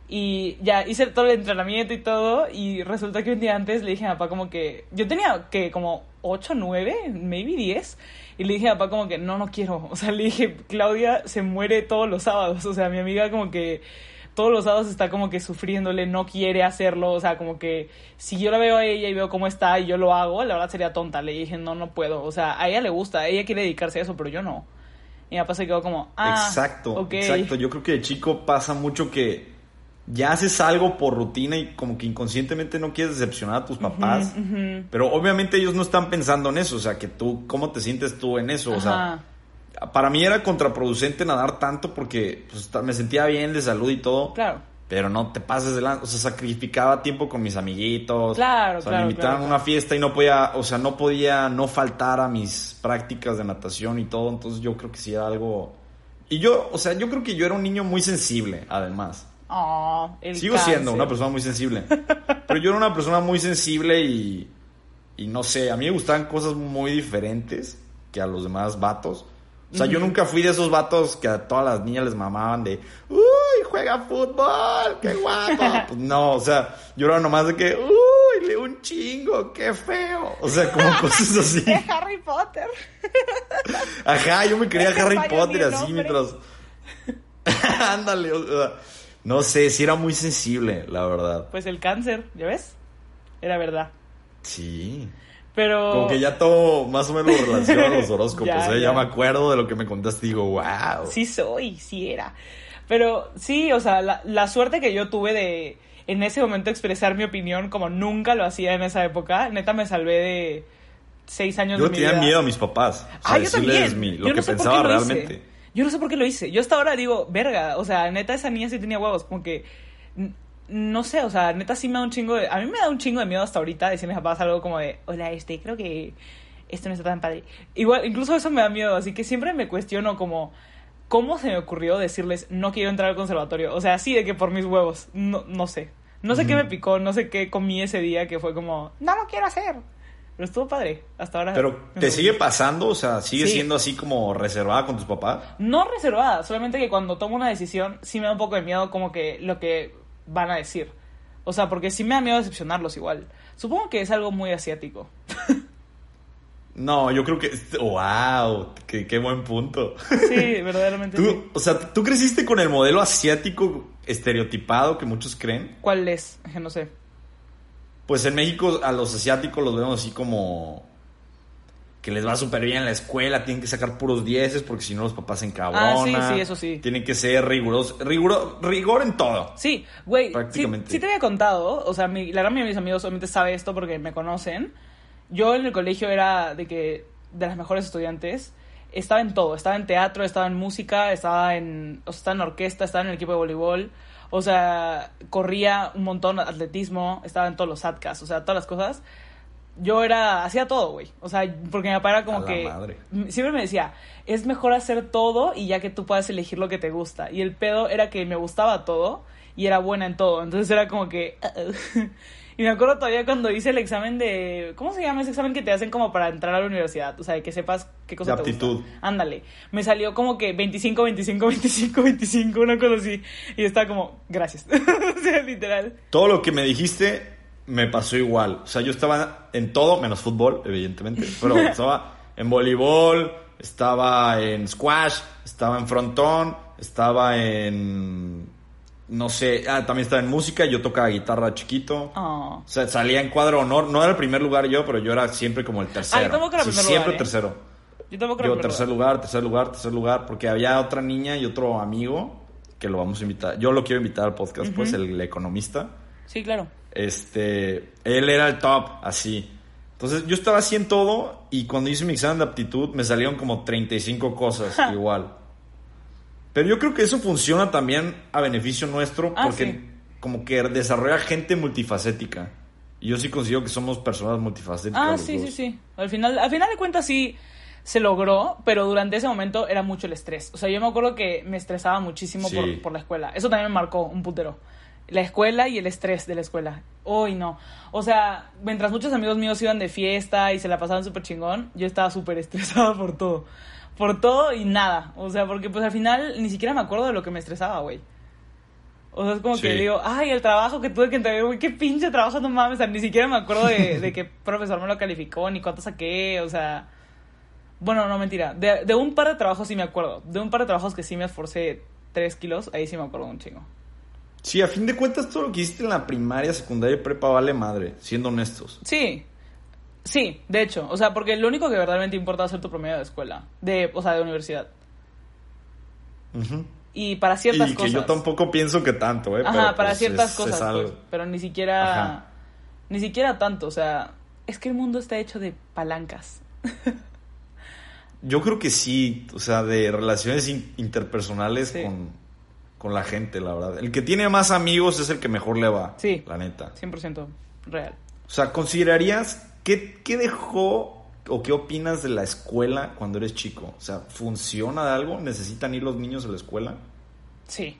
Y ya hice todo el entrenamiento y todo. Y resulta que un día antes le dije a mi papá como que... Yo tenía que como 8, 9, maybe 10. Y le dije a papá como que no quiero. O sea, le dije, Claudia se muere todos los sábados. O sea, mi amiga como que todos los sábados está como que sufriéndole, no quiere hacerlo. O sea, como que si yo la veo a ella y veo cómo está y yo lo hago, la verdad sería tonta. Le dije, no puedo. O sea, a ella le gusta, ella quiere dedicarse a eso, pero yo no. Y mi papá se quedó como, exacto, okay. Exacto. Yo creo que de chico pasa mucho que ya haces algo por rutina y como que inconscientemente no quieres decepcionar a tus papás. Pero obviamente ellos no están pensando en eso. O sea, que tú, ¿cómo te sientes tú en eso? O sea, para mí era contraproducente nadar tanto porque pues, me sentía bien de salud y todo. Claro. Pero no te pases de la... O sea, sacrificaba tiempo con mis amiguitos. Claro, o sea, me invitaban a una fiesta y no podía no faltar a mis prácticas de natación y todo. Entonces yo creo que sí era algo... Y yo creo que yo era un niño muy sensible, además. Sigo siendo una persona muy sensible. Pero yo era una persona muy sensible y no sé, a mí me gustaban cosas muy diferentes que a los demás vatos. O sea, yo nunca fui de esos vatos que a todas las niñas les mamaban de ¡uy, juega fútbol! ¡Qué guapo! Pues no, o sea, yo era nomás de que ¡uy, leo un chingo! ¡Qué feo! O sea, como cosas así. Harry Potter. Ajá, yo me quería Harry Potter así mientras... Ándale, o sea, no sé, sí era muy sensible, la verdad. Pues el cáncer, ¿ya ves? Era verdad. Sí. Pero... Como que ya todo más o menos relaciona a los horóscopos, ya me acuerdo de lo que me contaste y digo, wow. Sí era. Pero sí, o sea, la suerte que yo tuve de en ese momento expresar mi opinión como nunca lo hacía en esa época, neta me salvé de 6 años de mi vida. Yo tenía miedo a mis papás. O sea, yo también. Lo que pensaba realmente. Yo no sé por qué lo hice. Yo hasta ahora digo, verga, o sea, neta esa niña sí tenía huevos, como que... No sé, o sea, neta sí me da un chingo de... A mí me da un chingo de miedo hasta ahorita decirle a mis papás algo como de... Hola, creo que esto no está tan padre. Igual, incluso eso me da miedo, así que siempre me cuestiono como... ¿Cómo se me ocurrió decirles no quiero entrar al conservatorio? O sea, así de que por mis huevos. No sé. No sé qué me picó, no sé qué comí ese día que fue como... No lo quiero hacer. Pero estuvo padre, hasta ahora. ¿Pero te sigue pasando? O sea, ¿sigues siendo así como reservada con tus papás? No reservada, solamente que cuando tomo una decisión sí me da un poco de miedo como que lo que van a decir. O sea, porque sí me da miedo decepcionarlos igual. Supongo que es algo muy asiático. No, yo creo que... ¡Wow! ¡Qué buen punto! Sí, verdaderamente sí. O sea, ¿tú creciste con el modelo asiático estereotipado que muchos creen? ¿Cuál es? Que no sé. Pues en México a los asiáticos los vemos así como... que les va súper bien en la escuela, tienen que sacar puros 10 porque si no los papás se encabronan. Sí, eso sí. Tienen que ser rigurosos, rigor en todo. Sí, güey, prácticamente. Sí te había contado, o sea, la gran mayoría de mis amigos obviamente sabe esto porque me conocen. Yo en el colegio era de las mejores estudiantes. Estaba en todo, estaba en teatro, estaba en música, estaba en orquesta, estaba en el equipo de voleibol. O sea, corría un montón, atletismo, estaba en todos los ATCAS, o sea, todas las cosas. Yo hacía todo, güey. O sea, porque mi papá era como que... Madre. Siempre me decía, es mejor hacer todo y ya que tú puedas elegir lo que te gusta. Y el pedo era que me gustaba todo y era buena en todo. Entonces era como que... Y me acuerdo todavía cuando hice el examen de... ¿Cómo se llama ese examen que te hacen como para entrar a la universidad? O sea, que sepas qué cosa te gusta. De aptitud. Ándale. Me salió como que 25, 25, 25, 25, una cosa así. Y estaba como, gracias. O sea, literal. Todo lo que me dijiste me pasó igual. O sea, yo estaba en todo, menos fútbol, evidentemente. Pero estaba en voleibol, estaba en squash, estaba en frontón, estaba en... No sé, también estaba en música, yo tocaba guitarra chiquito. O sea, salía en cuadro honor. No era el primer lugar yo, pero yo era siempre como el tercero. Yo tampoco era el primer lugar. Siempre tercero. Yo tampoco era el primer tercer lugar, porque había otra niña y otro amigo que lo vamos a invitar. Yo lo quiero invitar al podcast, pues, el economista. Sí, claro. Él era el top, así. Entonces, yo estaba así en todo y cuando hice mi examen de aptitud me salieron como 35 cosas igual. Pero yo creo que eso funciona también a beneficio nuestro porque como que desarrolla gente multifacética. Y yo sí considero que somos personas multifacéticas. Sí. Al final de cuentas sí se logró, pero durante ese momento era mucho el estrés. O sea, yo me acuerdo que me estresaba muchísimo por la escuela. Eso también me marcó un putero. La escuela y el estrés de la escuela. Uy, no. O sea, mientras muchos amigos míos iban de fiesta y se la pasaban súper chingón, yo estaba súper estresada por todo. Por todo y nada. O sea, porque pues al final ni siquiera me acuerdo de lo que me estresaba, güey. O sea, es como que digo, ay, el trabajo que tuve que entregar, güey, qué pinche trabajo, no mames. O sea, ni siquiera me acuerdo de qué profesor me lo calificó, ni cuánto saqué, o sea... Bueno, no, mentira. De un par de trabajos sí me acuerdo. De un par de trabajos que sí me esforcé 3 kilos, ahí sí me acuerdo un chingo. Sí, a fin de cuentas todo lo que hiciste en la primaria, secundaria y prepa vale madre, siendo honestos. Sí, de hecho. O sea, porque lo único que verdaderamente importa es hacer tu promedio de escuela. O sea, de universidad. Uh-huh. Y para ciertas cosas. Y que yo tampoco pienso que tanto, Ajá, pero para pues ciertas cosas, pues, pero ni siquiera... Ajá. Ni siquiera tanto, o sea... Es que el mundo está hecho de palancas. Yo creo que sí, o sea, de relaciones interpersonales sí. con la gente, la verdad. El que tiene más amigos es el que mejor le va, sí, la neta. 100% real. O sea, ¿considerarías qué dejó o qué opinas de la escuela cuando eres chico? O sea, ¿funciona de algo? ¿Necesitan ir los niños a la escuela? Sí.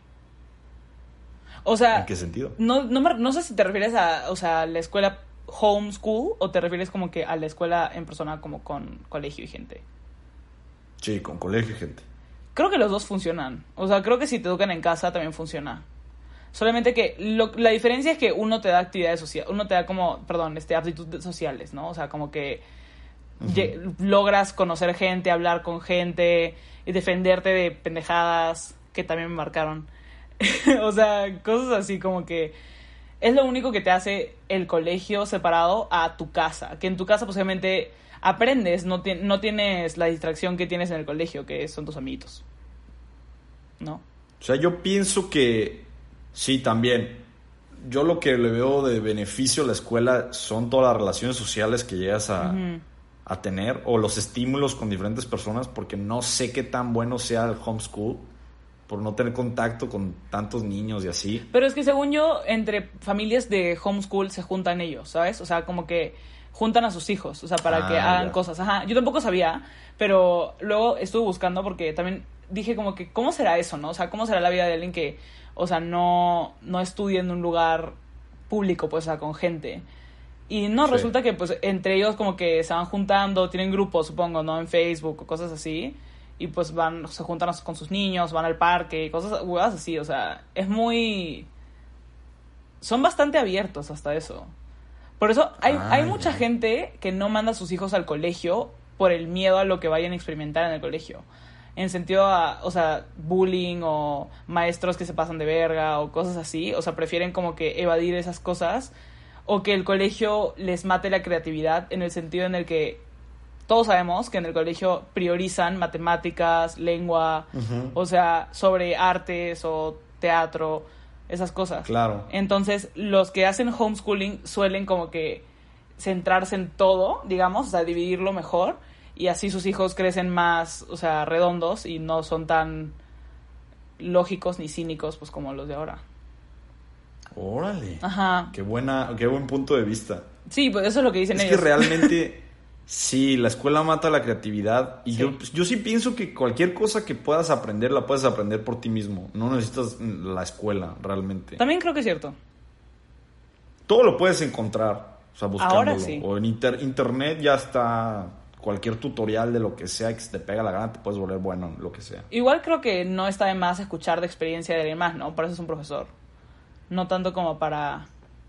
O sea... ¿En qué sentido? No sé si te refieres a, o sea, la escuela homeschool o te refieres como que a la escuela en persona como con colegio y gente. Sí, con colegio y gente. Creo que los dos funcionan. O sea, creo que si te educan en casa también funciona. Solamente que la diferencia es que uno te da actividades sociales, uno te da como, aptitudes sociales, ¿no? O sea, como que logras conocer gente, hablar con gente y defenderte de pendejadas que también me marcaron. O sea, cosas así como que es lo único que te hace el colegio separado a tu casa. Que en tu casa posiblemente aprendes, no tienes la distracción que tienes en el colegio, que son tus amiguitos, ¿no? O sea, yo pienso que sí, también. Yo lo que le veo de beneficio a la escuela son todas las relaciones sociales que llegas a tener, o los estímulos con diferentes personas, porque no sé qué tan bueno sea el homeschool por no tener contacto con tantos niños y así. Pero es que según yo, entre familias de homeschool se juntan ellos, ¿sabes? O sea, como que juntan a sus hijos, o sea, para que hagan cosas. Ajá, yo tampoco sabía, pero luego estuve buscando porque también dije como que, ¿cómo será eso, no? O sea, ¿cómo será la vida de alguien que, o sea, no estudie en un lugar público, pues, o sea, con gente? Y no, resulta que, pues, entre ellos como que se van juntando, tienen grupos, supongo, ¿no? En Facebook o cosas así. Y, pues, se juntan con sus niños, van al parque, cosas así, o sea, es muy... Son bastante abiertos hasta eso. Por eso hay mucha gente que no manda a sus hijos al colegio por el miedo a lo que vayan a experimentar en el colegio. En sentido a, o sea, bullying o maestros que se pasan de verga o cosas así. O sea, prefieren como que evadir esas cosas o que el colegio les mate la creatividad en el sentido en el que todos sabemos que en el colegio priorizan matemáticas, lengua, o sea, sobre artes o teatro, esas cosas. Claro. Entonces, los que hacen homeschooling suelen como que centrarse en todo, digamos, o sea, dividirlo mejor, y así sus hijos crecen más, o sea, redondos y no son tan lógicos ni cínicos, pues, como los de ahora. Órale. Ajá. Qué buen punto de vista. Sí, pues eso es lo que dicen ellos. Es que realmente... Sí, la escuela mata la creatividad y yo sí pienso que cualquier cosa que puedas aprender, la puedes aprender por ti mismo. No necesitas la escuela, realmente. También creo que es cierto. Todo lo puedes encontrar, o sea, buscándolo. Ahora sí. O en internet ya está cualquier tutorial de lo que sea que se te pega la gana, te puedes volver bueno en lo que sea. Igual creo que no está de más escuchar de experiencia de alguien más, ¿no? Por eso es un profesor. No tanto como para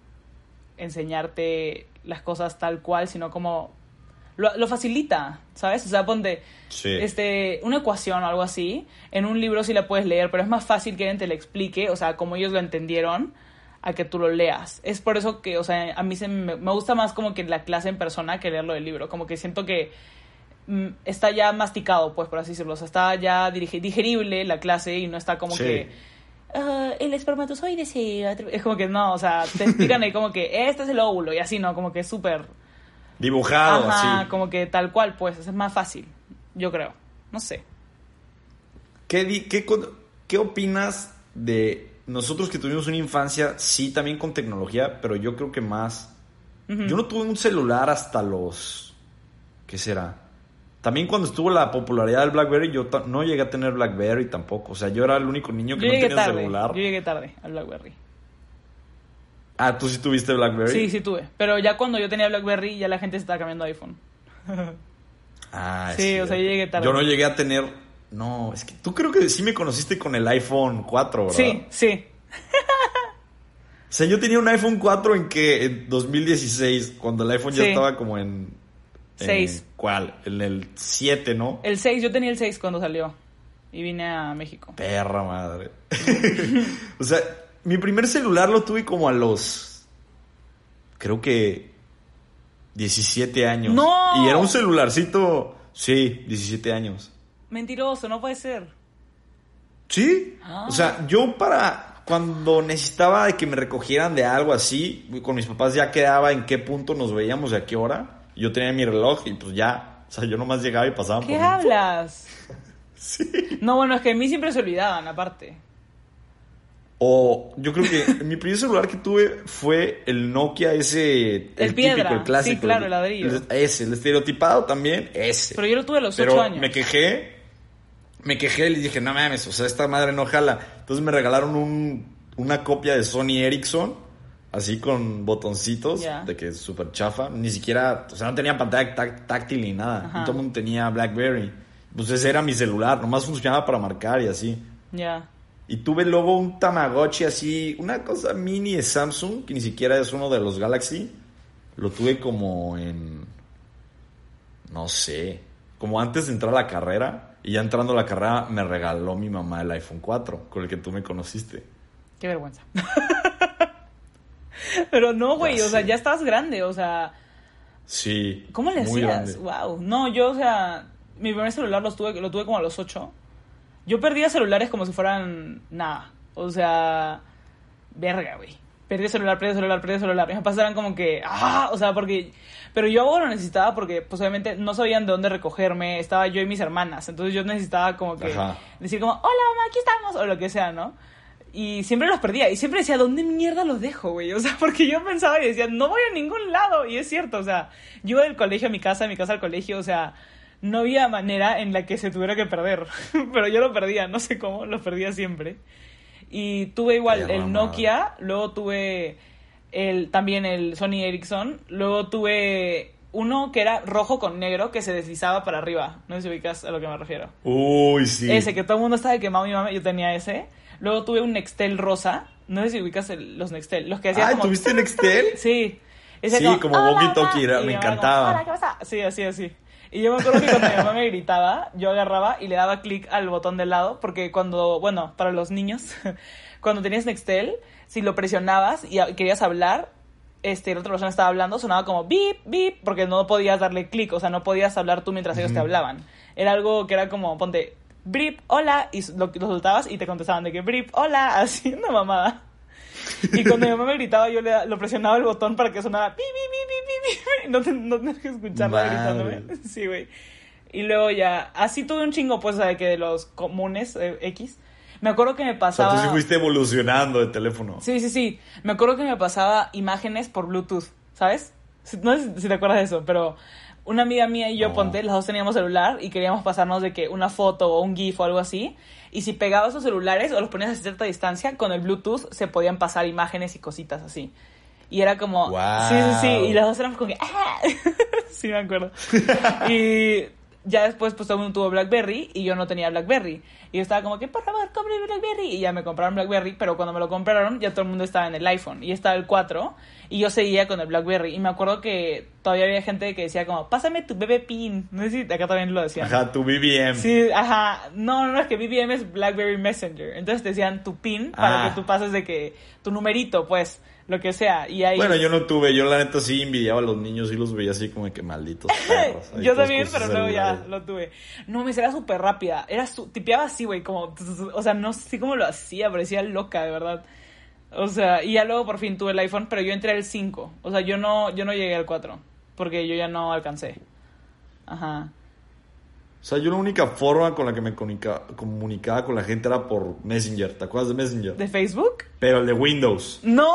enseñarte las cosas tal cual, sino como... Lo facilita, ¿sabes? O sea, ponte una ecuación o algo así, en un libro sí la puedes leer, pero es más fácil que alguien te la explique, o sea, como ellos lo entendieron, a que tú lo leas. Es por eso que, o sea, a mí me gusta más como que la clase en persona que leerlo del libro. Como que siento que está ya masticado, pues, por así decirlo. O sea, está ya digerible la clase y no está como que... el espermatozoide es como que no, o sea, te explican ahí como que este es el óvulo y así, ¿no? Como que es súper... Dibujado, ajá, así. Como que tal cual, pues, es más fácil, yo creo. No sé. ¿Qué opinas de nosotros que tuvimos una infancia, sí, también con tecnología, pero yo creo que más... Yo no tuve un celular hasta los... ¿Qué será? También cuando estuvo la popularidad del BlackBerry, yo no llegué a tener BlackBerry tampoco. O sea, yo era el único niño que no tenía celular. Yo llegué tarde al BlackBerry. Ah, ¿tú sí tuviste BlackBerry? Sí tuve. Pero ya cuando yo tenía BlackBerry, ya la gente se estaba cambiando a iPhone. Sí, o sea, yo llegué tarde. Yo no llegué a tener... No, es que tú creo que sí me conociste con el iPhone 4, ¿verdad? Sí. sea, yo tenía un iPhone 4 en 2016, cuando el iPhone ya estaba como en 6. ¿Cuál? En el 7, ¿no? El 6, yo tenía el 6 cuando salió. Y vine a México. Perra madre. O sea, mi primer celular lo tuve como a los... Creo que 17 años. ¡No! Y era un celularcito... Sí, 17 años. Mentiroso, no puede ser. ¿Sí? O sea, yo cuando necesitaba de que me recogieran de algo así, con mis papás ya quedaba en qué punto nos veíamos, a qué hora. Yo tenía mi reloj y pues ya, o sea, yo nomás llegaba y pasaba por mí. ¿Qué hablas? Sí. No, bueno, es que a mí siempre se olvidaban, aparte. O yo creo que mi primer celular que tuve fue el Nokia ese, el piedra, típico, el clásico. sí, claro, el ladrillo. El estereotipado también, ese. Pero yo lo tuve a los 8 años. Me quejé y le dije, no mames, o sea, esta madre no jala. Entonces me regalaron una copia de Sony Ericsson, así con botoncitos, de que es súper chafa. Ni siquiera, o sea, no tenía pantalla táctil ni nada. Todo el mundo tenía BlackBerry. Pues ese era mi celular, nomás funcionaba para marcar y así. Ya. Y tuve luego un Tamagotchi así, una cosa mini de Samsung, que ni siquiera es uno de los Galaxy. Lo tuve como en... no sé, como antes de entrar a la carrera. Y ya entrando a la carrera me regaló mi mamá el iPhone 4, con el que tú me conociste. Qué vergüenza. Pero no, güey, o sea, ya estabas grande, o sea... Sí, ¿cómo le muy hacías? grande. Wow. No, yo, o sea, mi primer celular lo tuve como a los 8. Yo perdía celulares como si fueran nada. O sea, verga, güey. Perdí celular. Mis papás eran como que, o sea, porque... Pero yo lo necesitaba porque, pues, obviamente, no sabían de dónde recogerme. Estaba yo y mis hermanas. Entonces yo necesitaba como que... decir como, hola, mamá, aquí estamos. O lo que sea, ¿no? Y siempre los perdía. Y siempre decía, ¿dónde mierda los dejo, güey? O sea, porque yo pensaba y decía, no voy a ningún lado. Y es cierto, o sea, yo iba del colegio a mi casa, de mi casa al colegio, o sea... no había manera en la que se tuviera que perder. Pero yo lo perdía, no sé cómo, lo perdía siempre. Y tuve igual el Nokia, luego tuve también el Sony Ericsson, luego tuve uno que era rojo con negro que se deslizaba para arriba. No sé si ubicas a lo que me refiero. Uy, sí. Ese, que todo el mundo estaba quemado, mi mamá, yo tenía ese. Luego tuve un Nextel rosa, no sé si ubicas los Nextel, los que hacían como... ¿tuviste Nextel? Sí. Sí, como Walkie Talkie, me encantaba. Como, ¿qué pasa? Sí, así. Y yo me acuerdo que cuando mi mamá me gritaba, yo agarraba y le daba clic al botón del lado, porque para los niños, cuando tenías Nextel, si lo presionabas y querías hablar, la otra persona estaba hablando, sonaba como bip, bip, porque no podías darle clic, o sea, no podías hablar tú mientras ellos te hablaban. Era algo que era como, ponte, brip, hola, y lo soltabas y te contestaban de que brip, hola, así, una mamada. Y cuando mi mamá me gritaba, yo lo presionaba el botón para que sonara pi, pi, pi, pi, pi, pi. No tener que escucharla gritándome. Sí, güey. Y luego ya, así tuve un chingo, pues, de los comunes X. Me acuerdo que me pasaba... O sea, tú sí fuiste evolucionando de teléfono. Sí. Me acuerdo que me pasaba imágenes por Bluetooth, ¿sabes? No sé si te acuerdas de eso, pero una amiga mía y yo, ponte, las dos teníamos celular y queríamos pasarnos de que una foto o un GIF o algo así. Y si pegabas los celulares o los ponías a cierta distancia, con el Bluetooth se podían pasar imágenes y cositas así. Y era como... Wow. Sí. Y las dos éramos como que... ¡ah! Sí, me acuerdo. Y ya después, pues, todo el mundo tuvo BlackBerry y yo no tenía BlackBerry. Y yo estaba como que, por favor, cómprame BlackBerry. Y ya me compraron BlackBerry, pero cuando me lo compraron, ya todo el mundo estaba en el iPhone. Y estaba el 4, y yo seguía con el BlackBerry. Y me acuerdo que todavía había gente que decía como, pásame tu BB PIN. No sé si acá también lo decían. Ajá, tu BBM. Sí, ajá. No, es que BBM es BlackBerry Messenger. Entonces te decían tu PIN para que tú pases de que tu numerito, pues, lo que sea. Y ahí... Bueno, yo no tuve. Yo la neta sí envidiaba a los niños y los veía así como que malditos perros. Yo también, pero luego ya lo tuve. No, me era súper rápida. Tipeaba así, güey, como... O sea, no sé cómo lo hacía, parecía loca, de verdad. O sea, y ya luego por fin tuve el iPhone, pero yo entré al 5. O sea, yo no llegué al 4, porque yo ya no alcancé. Ajá. O sea, yo la única forma con la que me comunicaba con la gente era por Messenger. ¿Te acuerdas de Messenger? ¿De Facebook? Pero el de Windows. ¡No!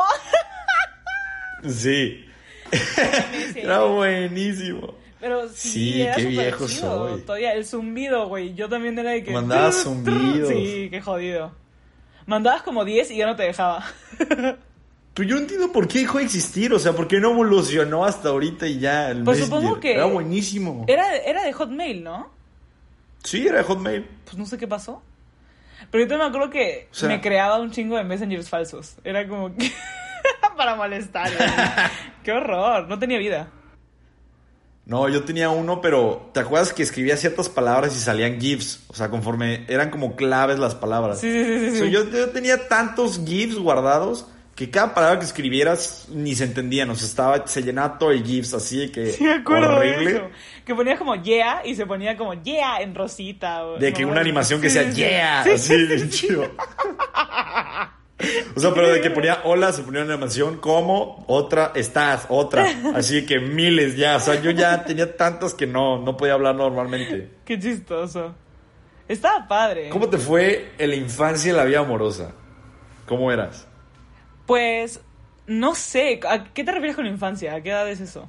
Sí. Era buenísimo. Pero sí, era qué súper viejo chido. soy. Todavía el zumbido, güey. Yo también era de que... Mandaba zumbidos. Sí, qué jodido. Mandabas como 10 y ya no te dejaba. Pero yo no entiendo por qué dejó de existir. O sea, por qué no evolucionó hasta ahorita y ya el Pues Messenger. supongo que... Era buenísimo. Era de Hotmail, ¿no? Sí, era de Hotmail. Pues no sé qué pasó. Pero yo también me acuerdo que me creaba un chingo de messengers falsos. Era como que... para molestar. Qué horror, no tenía vida. No, yo tenía uno, pero ¿te acuerdas que escribía ciertas palabras y salían GIFs? O sea, conforme eran como claves las palabras. Sí. O sea, yo tenía tantos GIFs guardados que cada palabra que escribieras ni se entendían. O sea, se llenaba todo el GIFs así de que... Sí, me acuerdo horrible. De eso. Que ponía como yeah y se ponía como yeah en rosita. De que una animación que sea yeah, así, bien chido. O sea, pero de que ponía hola, se ponía una animación, como, otra, estás, otra. Así que miles ya. O sea, yo ya tenía tantas que no podía hablar normalmente. Qué chistoso. Estaba padre. ¿Cómo te fue en la infancia y la vida amorosa? ¿Cómo eras? Pues, no sé. ¿A qué te refieres con la infancia? ¿A qué edad es eso?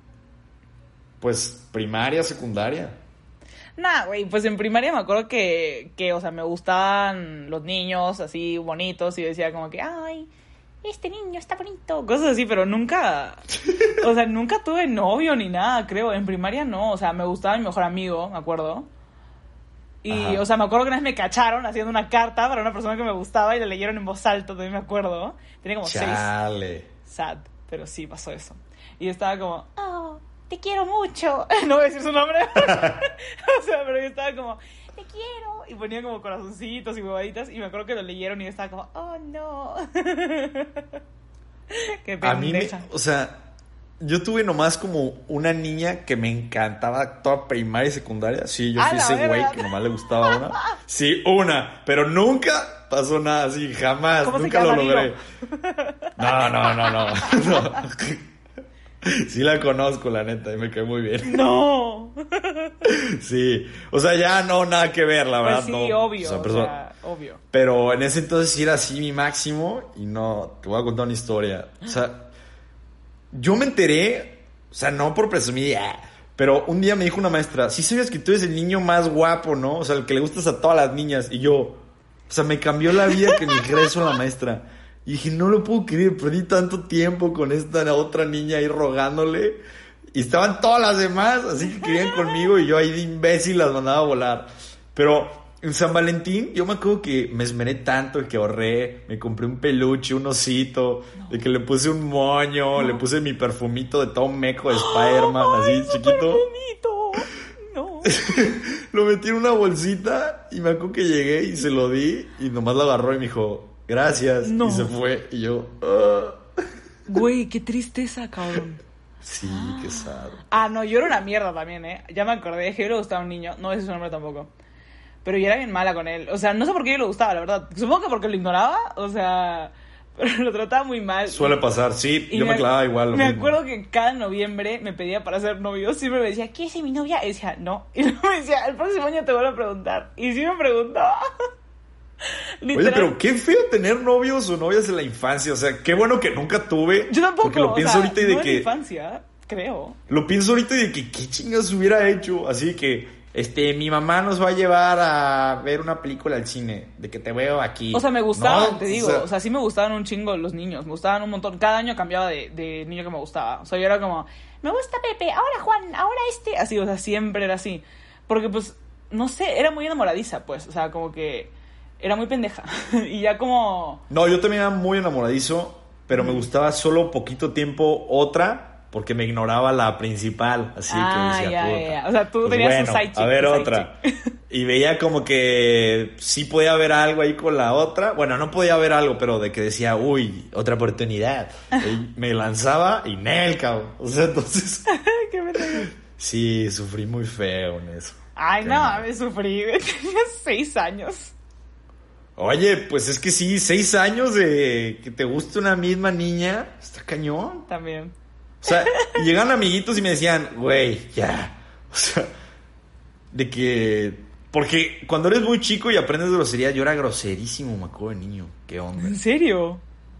Pues, primaria, secundaria. Nah, güey, pues en primaria me acuerdo que, o sea, me gustaban los niños así bonitos y decía como que, ay, este niño está bonito, cosas así, pero nunca, o sea, nunca tuve novio ni nada, creo, en primaria no, o sea, me gustaba mi mejor amigo, me acuerdo, y, ajá, o sea, me acuerdo que una vez me cacharon haciendo una carta para una persona que me gustaba y la leyeron en voz alta, también me acuerdo, tenía como Chale. 6, sad, pero sí pasó eso, y estaba como, oh, te quiero mucho. No voy a decir su nombre. O sea, pero yo estaba como, te quiero. Y ponía como corazoncitos y huevaditas. Y me acuerdo que lo leyeron y yo estaba como, oh, no. Qué pendeja. A mí, o sea, yo tuve nomás como una niña que me encantaba toda primaria y secundaria. Sí, yo fui ese güey que nomás le gustaba una. Sí, una. Pero nunca pasó nada así, jamás. Nunca lo logré. No. Sí la conozco, la neta, y me cae muy bien. ¡No! Sí, o sea, ya no, nada que ver, la verdad. Pues sí, no. obvio, o sea, obvio. Pero en ese entonces sí era así mi máximo, y no, te voy a contar una historia. O sea, yo me enteré, o sea, no por presumir, pero un día me dijo una maestra, sí sabías que tú eres el niño más guapo, ¿no? O sea, el que le gustas a todas las niñas. Y yo, o sea, me cambió la vida que me dijera eso la maestra. Y dije, no lo puedo creer, perdí tanto tiempo con esta otra niña ahí rogándole. Y estaban todas las demás, así que querían conmigo y yo ahí de imbécil las mandaba a volar. Pero en San Valentín yo me acuerdo que me esmeré tanto que ahorré, me compré un peluche, un osito, de que le puse un moño, le puse mi perfumito de todo meco de Spider-Man, así chiquito. Perfumito. No. Lo metí en una bolsita y me acuerdo que llegué y se lo di y nomás lo agarró y me dijo... Gracias. No. Y se fue. Y yo... Güey, qué tristeza, cabrón. Sí, qué sad. Ah, no, yo era una mierda también, ¿eh? Ya me acordé que yo le gustaba a un niño. No voy a decir su nombre tampoco. Pero yo era bien mala con él. O sea, no sé por qué yo le gustaba, la verdad. Supongo que porque lo ignoraba. O sea... Pero lo trataba muy mal. Suele pasar, sí. Yo me clavaba igual. Me acuerdo que cada noviembre me pedía para ser novio. Siempre me decía, ¿quieres ser mi novia? Y decía, no. Y luego me decía, el próximo año te vuelvo a preguntar. Y sí me preguntaba. Literal. Oye, pero qué feo tener novios o novias en la infancia. O sea, qué bueno que nunca tuve. Yo tampoco. Porque lo pienso ahorita y de no que... en infancia, creo. Lo pienso ahorita y de que qué chingas hubiera hecho. Así que, mi mamá nos va a llevar a ver una película al cine. De que te veo aquí. O sea, me gustaban, ¿no? Te digo. O sea, sí me gustaban un chingo los niños. Me gustaban un montón. Cada año cambiaba de niño que me gustaba. O sea, yo era como, me gusta Pepe, ahora Juan, ahora este. Así, o sea, siempre era así. Porque, pues, no sé, era muy enamoradiza, pues. O sea, como que... Era muy pendeja. Y ya como... No, yo también era muy enamoradizo, pero me gustaba solo poquito tiempo otra, porque me ignoraba la principal. Así que decía, ya. O sea, tú pues tenías un side chick. A ver, otra. Y veía como que sí podía haber algo ahí con la otra. Bueno, no podía haber algo, pero de que decía, uy, otra oportunidad. Y me lanzaba y nel, cabrón. O sea, entonces... Qué pendejo. Sí, sufrí muy feo en eso. Ay, no, me sufrí. Tenía 6 años. Oye, pues es que sí, 6 años de que te guste una misma niña, está cañón. También. O sea, llegaban amiguitos y me decían, güey, ya. O sea, de que... Porque cuando eres muy chico y aprendes grosería, yo era groserísimo, me acuerdo de niño. ¿Qué onda? ¿En serio?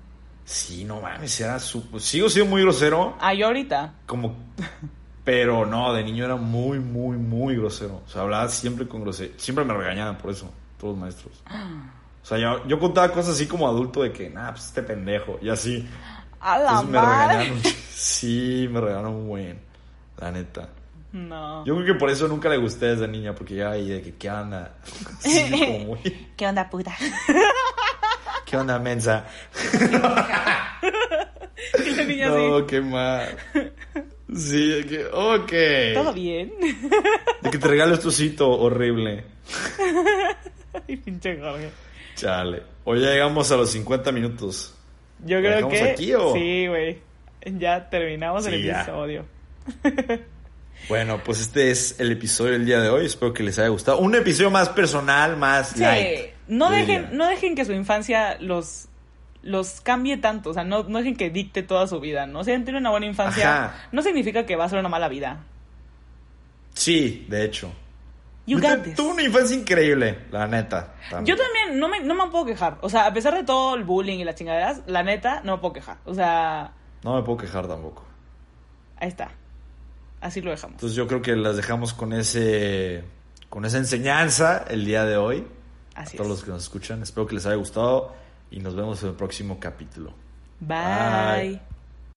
Sí, no mames, era sigo siendo muy grosero. Ah, yo ahorita. Como... Pero no, de niño era muy, muy, muy grosero. O sea, hablaba siempre con grosería. Siempre me regañaban por eso, todos los maestros. O sea, yo contaba cosas así como adulto de que, pues este pendejo, y así. A la me regañaron. Sí, me regañaron muy buen, la neta. No. Yo creo que por eso nunca le gusté desde niña, porque ya ahí de que, ¿qué onda? Sí, como muy... ¿Qué onda, puta? ¿Qué onda, mensa? Y la niña no, así. qué mal. Sí, de que, ok. ¿Todo bien? De que te regales tu osito horrible. Ay, pinche Jorge. Chale. Hoy ya llegamos a los 50 minutos. Yo creo que... aquí o...? Sí, güey. Ya terminamos el episodio. Bueno, pues este es el episodio del día de hoy. Espero que les haya gustado. Un episodio más personal, más light. No dejen que su infancia los cambie tanto. O sea, no dejen que dicte toda su vida, ¿no? Si tienen una buena infancia, Ajá. no significa que va a ser una mala vida. Sí, de hecho. You got this. Tuve una infancia increíble, la neta. Yo también no me puedo quejar. O sea, a pesar de todo el bullying y las chingaderas, la neta, no me puedo quejar. O sea... No me puedo quejar tampoco. Ahí está. Así lo dejamos. Entonces yo creo que las dejamos con esa enseñanza el día de hoy. Así a todos los que nos escuchan. Espero que les haya gustado y nos vemos en el próximo capítulo. Bye.